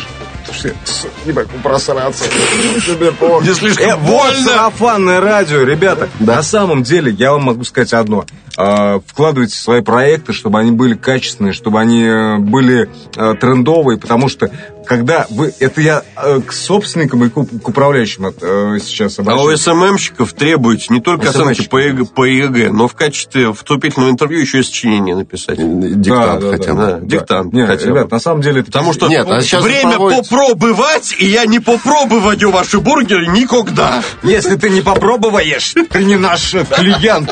все, не могу просраться. Не слишком Э, вот больно. сарафанное радио, ребята. На самом деле, я вам могу сказать одно. А, Вкладывайте в свои проекты, чтобы они были качественные, чтобы они э, были э, трендовые, потому что когда вы... Это я э, к собственникам и к, уп- к управляющим от, э, сейчас А у обращаюсь. эс эм эм-щиков требуете не только оценки по ЕГЭ, по ЕГЭ, но в качестве вступительного интервью еще и сочинение написать. Диктант Да, да, хотя да, бы. Да, да. диктант Нет, хотя бы. ребят, на самом деле... это Потому что Нет, а сейчас время проводится- попробовать, и я не попробую ваши бургеры никогда. Если ты не попробуешь, ты не наш клиент.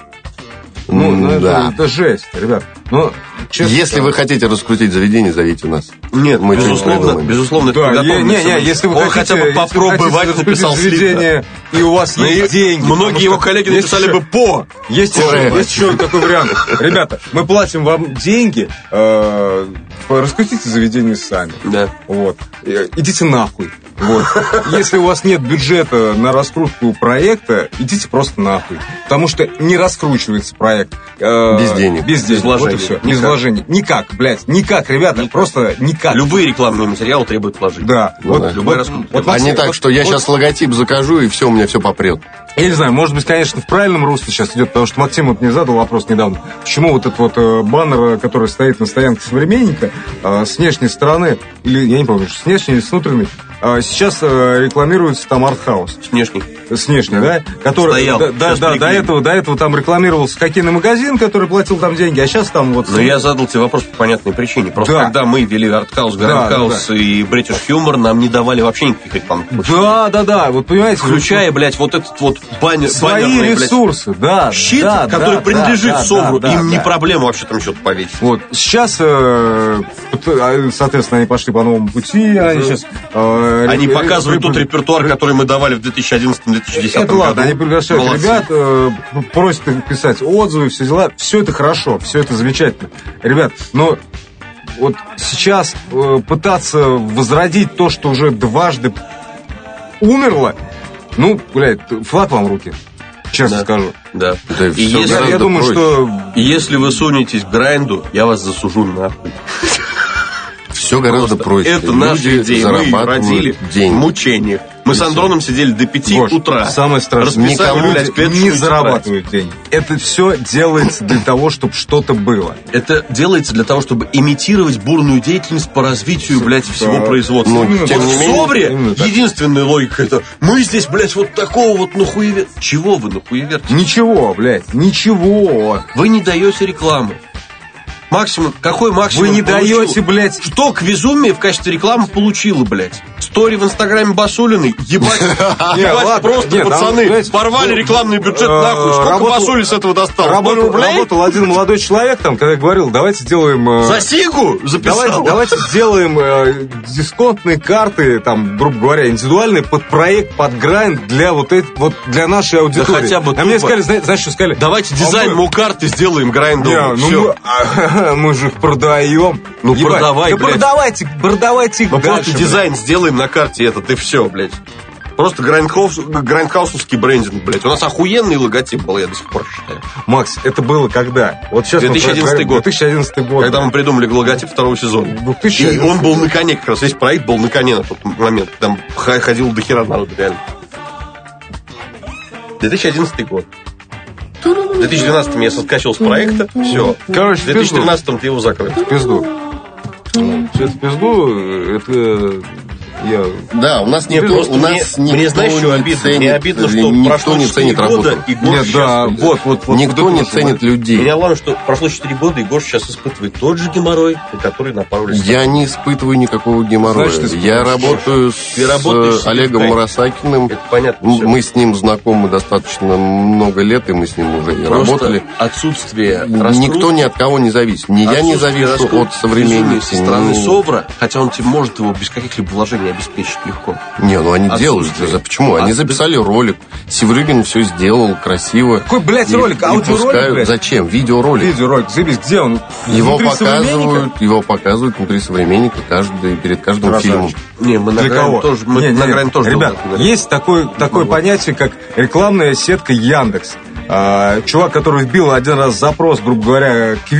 Ну, ну, это, Да. это жесть, ребят. Ну, честно Если скажу. вы хотите раскрутить заведение, зовите нас. Нет, Мы безусловно, что-нибудь придумаем. безусловно, это Да, подготовлено. не, не, не, если вы Он хотите, хотя бы если вы хотите попробовать раскрутить написал слитно. заведение, и у вас Ну, и есть деньги. многие потому его что коллеги есть написали еще- бы по. Есть еще, есть еще такой вариант. Ребята, мы платим вам деньги, э, раскрутите заведение сами. Да. Вот. Э, Идите нахуй. Вот. Если у вас нет бюджета на раскрутку проекта, идите просто нахуй. Потому что не раскручивается проект. э, Без денег. Без денег. Без вложений. Вот и все. Никак. Без вложений. Никак, блядь. Никак, ребята. Просто никак. Любые рекламные материалы требуют вложений. Да. Ну вот, да. Любой вот, раскрутка. вот, А Максим, не так, вот- что я вот- сейчас логотип закажу, и все, у меня все попрет. Я не знаю, может быть, конечно, в правильном русле сейчас идет, потому что Максим вот мне задал вопрос недавно. Почему вот этот вот э, баннер, э, который стоит на стоянке «Современника», э, с внешней стороны, или, я не помню, с внешней или с внутренней, э, сейчас э, рекламируется там артхаус. С внешней. С внешней, да? Который, Стоял. да, да, Сейчас да, до переклеили. этого, до этого там рекламировался хоккейный магазин, который платил там деньги, а сейчас там вот... Но я задал тебе вопрос по понятной причине. Просто Да. когда мы вели Артхаус, Грандхаус да, и British Humor, нам не давали вообще никаких рекламных площадей. Да, да, да, вот понимаете... Включая, блядь, вот этот вот баннер, свои баннерный, блядь, ресурсы, да. щит, да, который да, принадлежит да, СОБРу. да, Им да, не да. проблема вообще там что-то повесить. Вот сейчас, э, пот- соответственно, они пошли по новому пути, они сейчас... э, Они ре- показывают ре- тот репертуар, который мы давали в две тысячи одиннадцатом - две тысячи десятом Это году. ладно, они приглашают Молодцы. ребят, э, просят их писать отзывы, все дела. Все это хорошо, все это замечательно. Ребят, но вот сейчас э, пытаться возродить то, что уже дважды умерло, ну, блядь, флаг вам в руки, честно Да. скажу. Да. Да и И всё если, Я, я гораздо думаю, проще. что... и если вы сунетесь к грайнду, я вас засужу нахуй. Все гораздо проще. Это наши Люди идеи. Мы зарабатывают родили в деньги. мучениях. Мы с Андроном сидели до пяти Гош, утра. самое страшное, Расписали, никому блядь, пять не штук зарабатывают деньги. Это все делается для того, чтобы что-то было. Это делается для того, чтобы имитировать бурную деятельность по развитию, блядь, всего Да. производства. Ну, вот тем не в менее, СОБРе именно так. единственная логика это мы здесь, блядь, вот такого вот нахуевер... Чего вы нахуеверите? Ничего, блядь, ничего. Вы не даете рекламы. Максимум, какой максимум Вы не получил? даете, блядь... Что Квизумия в качестве рекламы получила, блядь? Стори в инстаграме Басулиной? Ебать, Не, ебать ладно, просто, нет, там, пацаны, знаете, порвали ну, рекламный бюджет э, нахуй. Сколько работал- Басули с этого достал? Ноль Работал, рублей? работал один молодой человек там, когда говорил, давайте сделаем... э, За сигу записал? Давайте, давайте сделаем э, дисконтные карты, там, грубо говоря, индивидуальные под проект, под грайнд для вот этой, вот для нашей аудитории. хотя бы А мне тупо. сказали, знаете, знаете, что сказали? Давайте дизайн А мы- мукарты сделаем Не, грайндовым. ну Все. мы, мы же их продаем. Ну, Ебать, продавай, да блядь. продавайте, продавайте их Мы дальше, просто блядь. дизайн сделаем на карте этот, и все, блядь. Просто грайндхаус, грайндхаусовский брендинг, блядь. У нас охуенный логотип был, я до сих пор считаю. Макс, это было когда? Вот сейчас мы две тысячи одиннадцатый говорим, год. две тысячи одиннадцатый год. Когда мы придумали логотип второго сезона. две тысячи И одиннадцатый он был на коне, как раз весь проект был на коне на тот момент. Там х- ходил до хера народу, реально. две тысячи одиннадцатый год. В две тысячи двенадцатом я соскочил с проекта, все. Короче, В две тысячи тринадцатом ты его закрыл. В пизду. Все это в пизду, это я... Да, у нас Нет, никто, просто у нас мне, никто мне знаешь, что не обидно? ценит, Мне обидно, что никто прошло не четыре ценит года, работу. и Гош Нет, да, сейчас... вот, вот, вот. Никто вот не это ценит людей. Меня главное, что прошло четыре года, и Гош сейчас испытывает тот же геморрой, на который направлен. Я не испытываю никакого геморроя. Значит, ты Я работаю Ты с работаешь э, Олегом себе в Марасакиным. Это понятно. М- всё. Мы с ним знакомы достаточно много лет, и мы с ним уже и Просто работали. отсутствие Никто ни от кого не зависит. Ни я не отсутствие завишу раскрутки от современника. со стороны ни- СОБРа, хотя он тебе может его без каких-либо вложений обеспечить легко. Не, ну они делают. Отсутствие. За- Почему? Они А, записали ролик. Севрюгин все сделал красиво. Какой, блядь, И- ролик? и Аудиоролик, пускают. блядь? Зачем? Видеоролик. Видеоролик, заебись, где он? Его Внутри «Современника»? показывают, его показывают внутри современника каждый, перед каждым Красавчик. фильмом. Не, мы на Для грани кого? тоже, мы Не, не, на не. грани тоже Ребят, долго говорим. есть такое, такое понятие, как рекламная сетка Яндекс. А, чувак, который вбил один раз запрос, грубо говоря, квиз,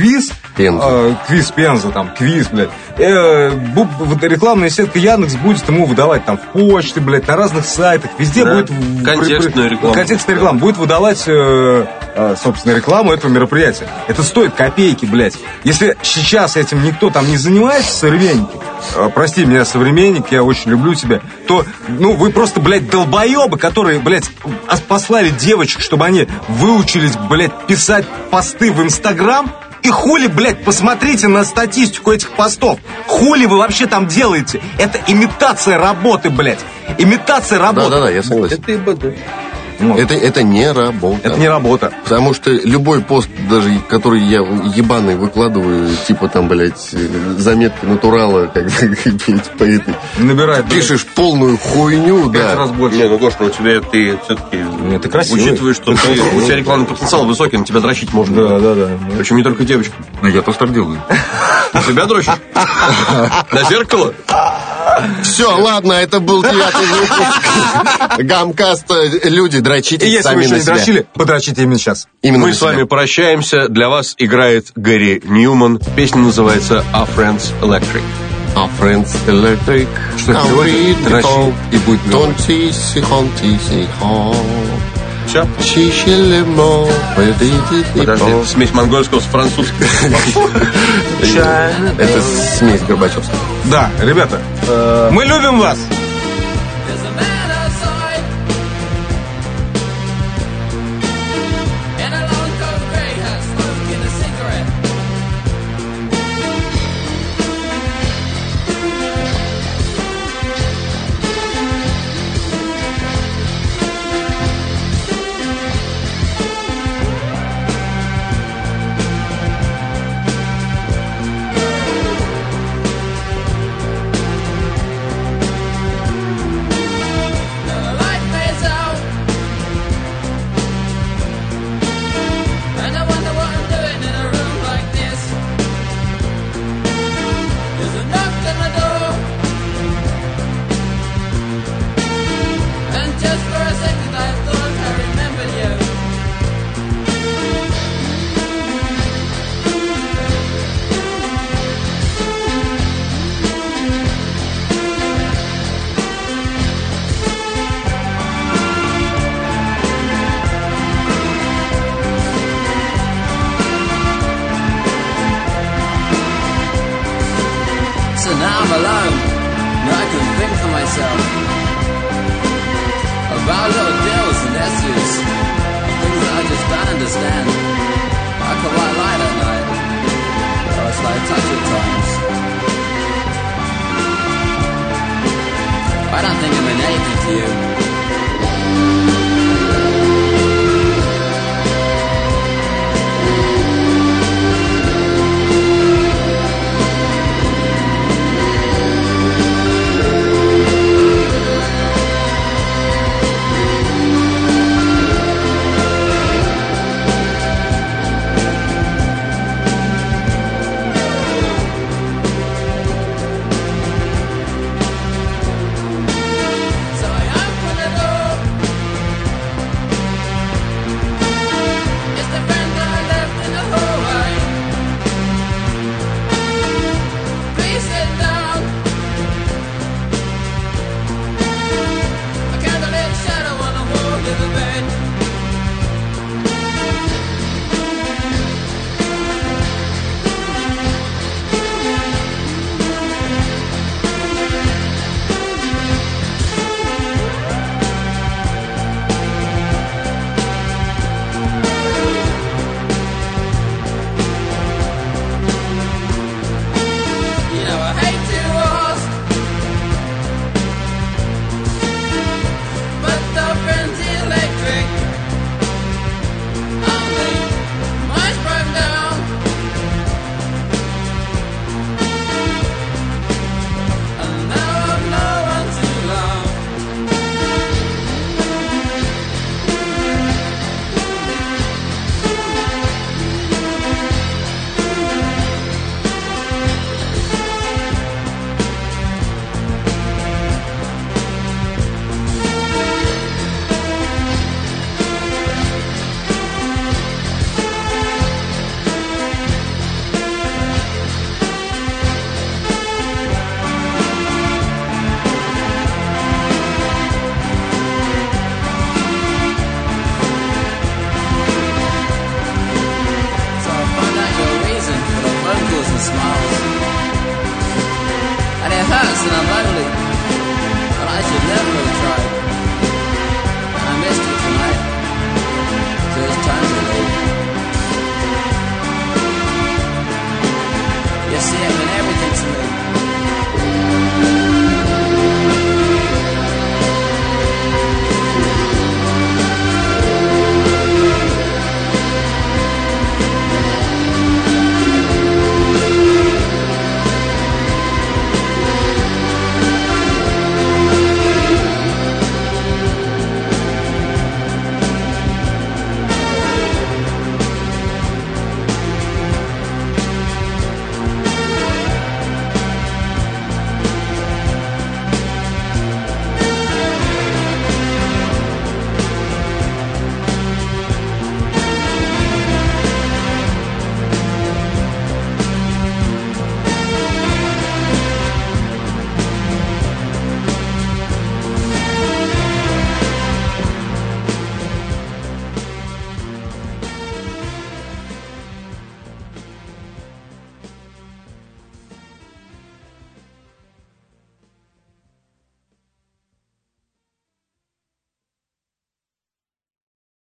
Пенза. э, квиз Пенза, там, квиз, блядь. Э, бу- вот рекламная сетка Яндекс будет ему выдавать там в почте, блядь, на разных сайтах, везде Да, будет... в- контекстную при- рекламу. Контекстная реклама. Будет выдавать, э, э, собственно, рекламу этого мероприятия. Это стоит копейки, блядь. Если сейчас этим никто там не занимается, современники, э, прости меня, современник, я очень люблю тебя, то, ну, вы просто, блядь, долбоебы, которые, блядь, ос- послали девочек, чтобы они выучились, блядь, писать посты в Инстаграм. И хули, блядь, посмотрите на статистику этих постов. Хули вы вообще там делаете? Это имитация работы, блядь. Имитация работы. Да-да-да, я согласен. Это ИБД. Вот. Это, это не работа. Это не работа. Потому что любой пост, даже который я ебаный выкладываю, типа там, блядь, заметки натурала, как блядь, по этой... Набирает. Пишешь полную хуйню, Пять да. раз больше. Не, ну, Гош, ну тебе ты все-таки... Нет, ты красивый. Учитывая, что ты, у тебя рекламный потенциал высокий, на тебя дрочить можно. Да, да, да. Причем не только девочку. Ну, я тоже так делаю. На себя дрочишь? На зеркало? Все, ладно, это был девятый выпуск Гамкаста. Люди, И дрочите если сами вы еще на не себя. дрочили, подрочите именно сейчас. Именно Мы на с себя. вами прощаемся. Для вас играет Гэри Ньюман. Песня называется «Our Friends Electric». А Friends Electric. Что это переводит? Дрочи. И будет мелодия. Тонтиси, хонтиси, хо. Все. Чищелемо. Подожди, это смесь монгольского с французским. Это смесь Горбачевская. Да, ребята, мы любим вас. There's a man outside in a long coat grey hat, smoking a cigarette. Now the light fades out, and I wonder what I'm doing in a room like this. There's a knock on the door, and just for a second I thought I remembered you. So now I'm alone. Now I can think for myself about little deals and issues, things that I just don't understand. Like a white light at night, or a slow touch at times. I don't think I'm anything to you.